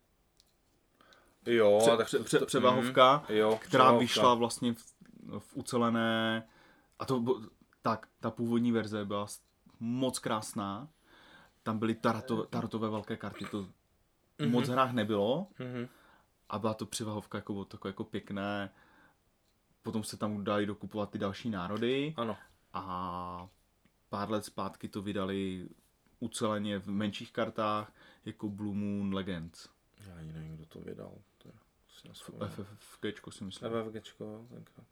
Jo, převahovka, která vyšla vlastně v ucelené, a to tak, ta původní verze byla moc krásná. Tam byly tarotové velké karty, to moc hrách nebylo. A byla to převahovka jako takové jako pěkné. Potom se tam dali dokupovat ty další národy. Ano. A pár let zpátky to vydali uceleně v menších kartách jako Blue Moon Legends. Já ani nevím, kdo to vydal. FFGčko si myslím. FFGčko, tenkrát.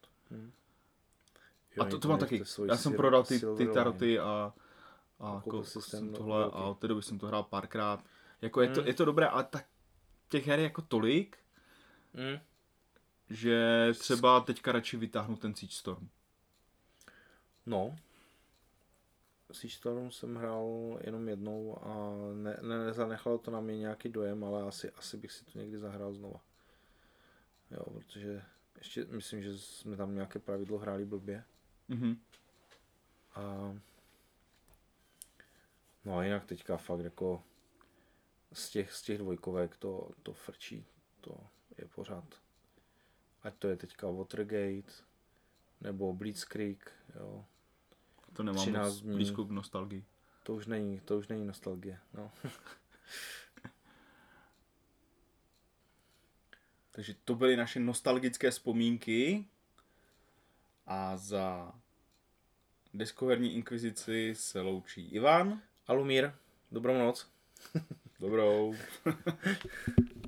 A to mám taky. Já jsem prodal ty taroty a tohle a od té doby jsem to hrál párkrát. Jako je to dobré, ale tak těch her je jako tolik, že třeba teďka radši vytáhnu ten Siege Storm. No. Siege Storm jsem hrál jenom jednou a nezanechalo to na mě nějaký dojem, ale asi bych si to někdy zahrál znova. Jo, protože ještě myslím, že jsme tam nějaké pravidlo hráli blbě. No a jinak teďka fakt jako z těch dvojkovek to frčí, to je pořád. Ať to je teďka Watergate, nebo Blitzkrieg, jo. To nemám moc blízko k nostalgii. To už není nostalgie, no. Takže to byly naše nostalgické vzpomínky a za Deskoherní inkvizici se loučí Ivan a Lumír. Dobrou noc. Dobrou.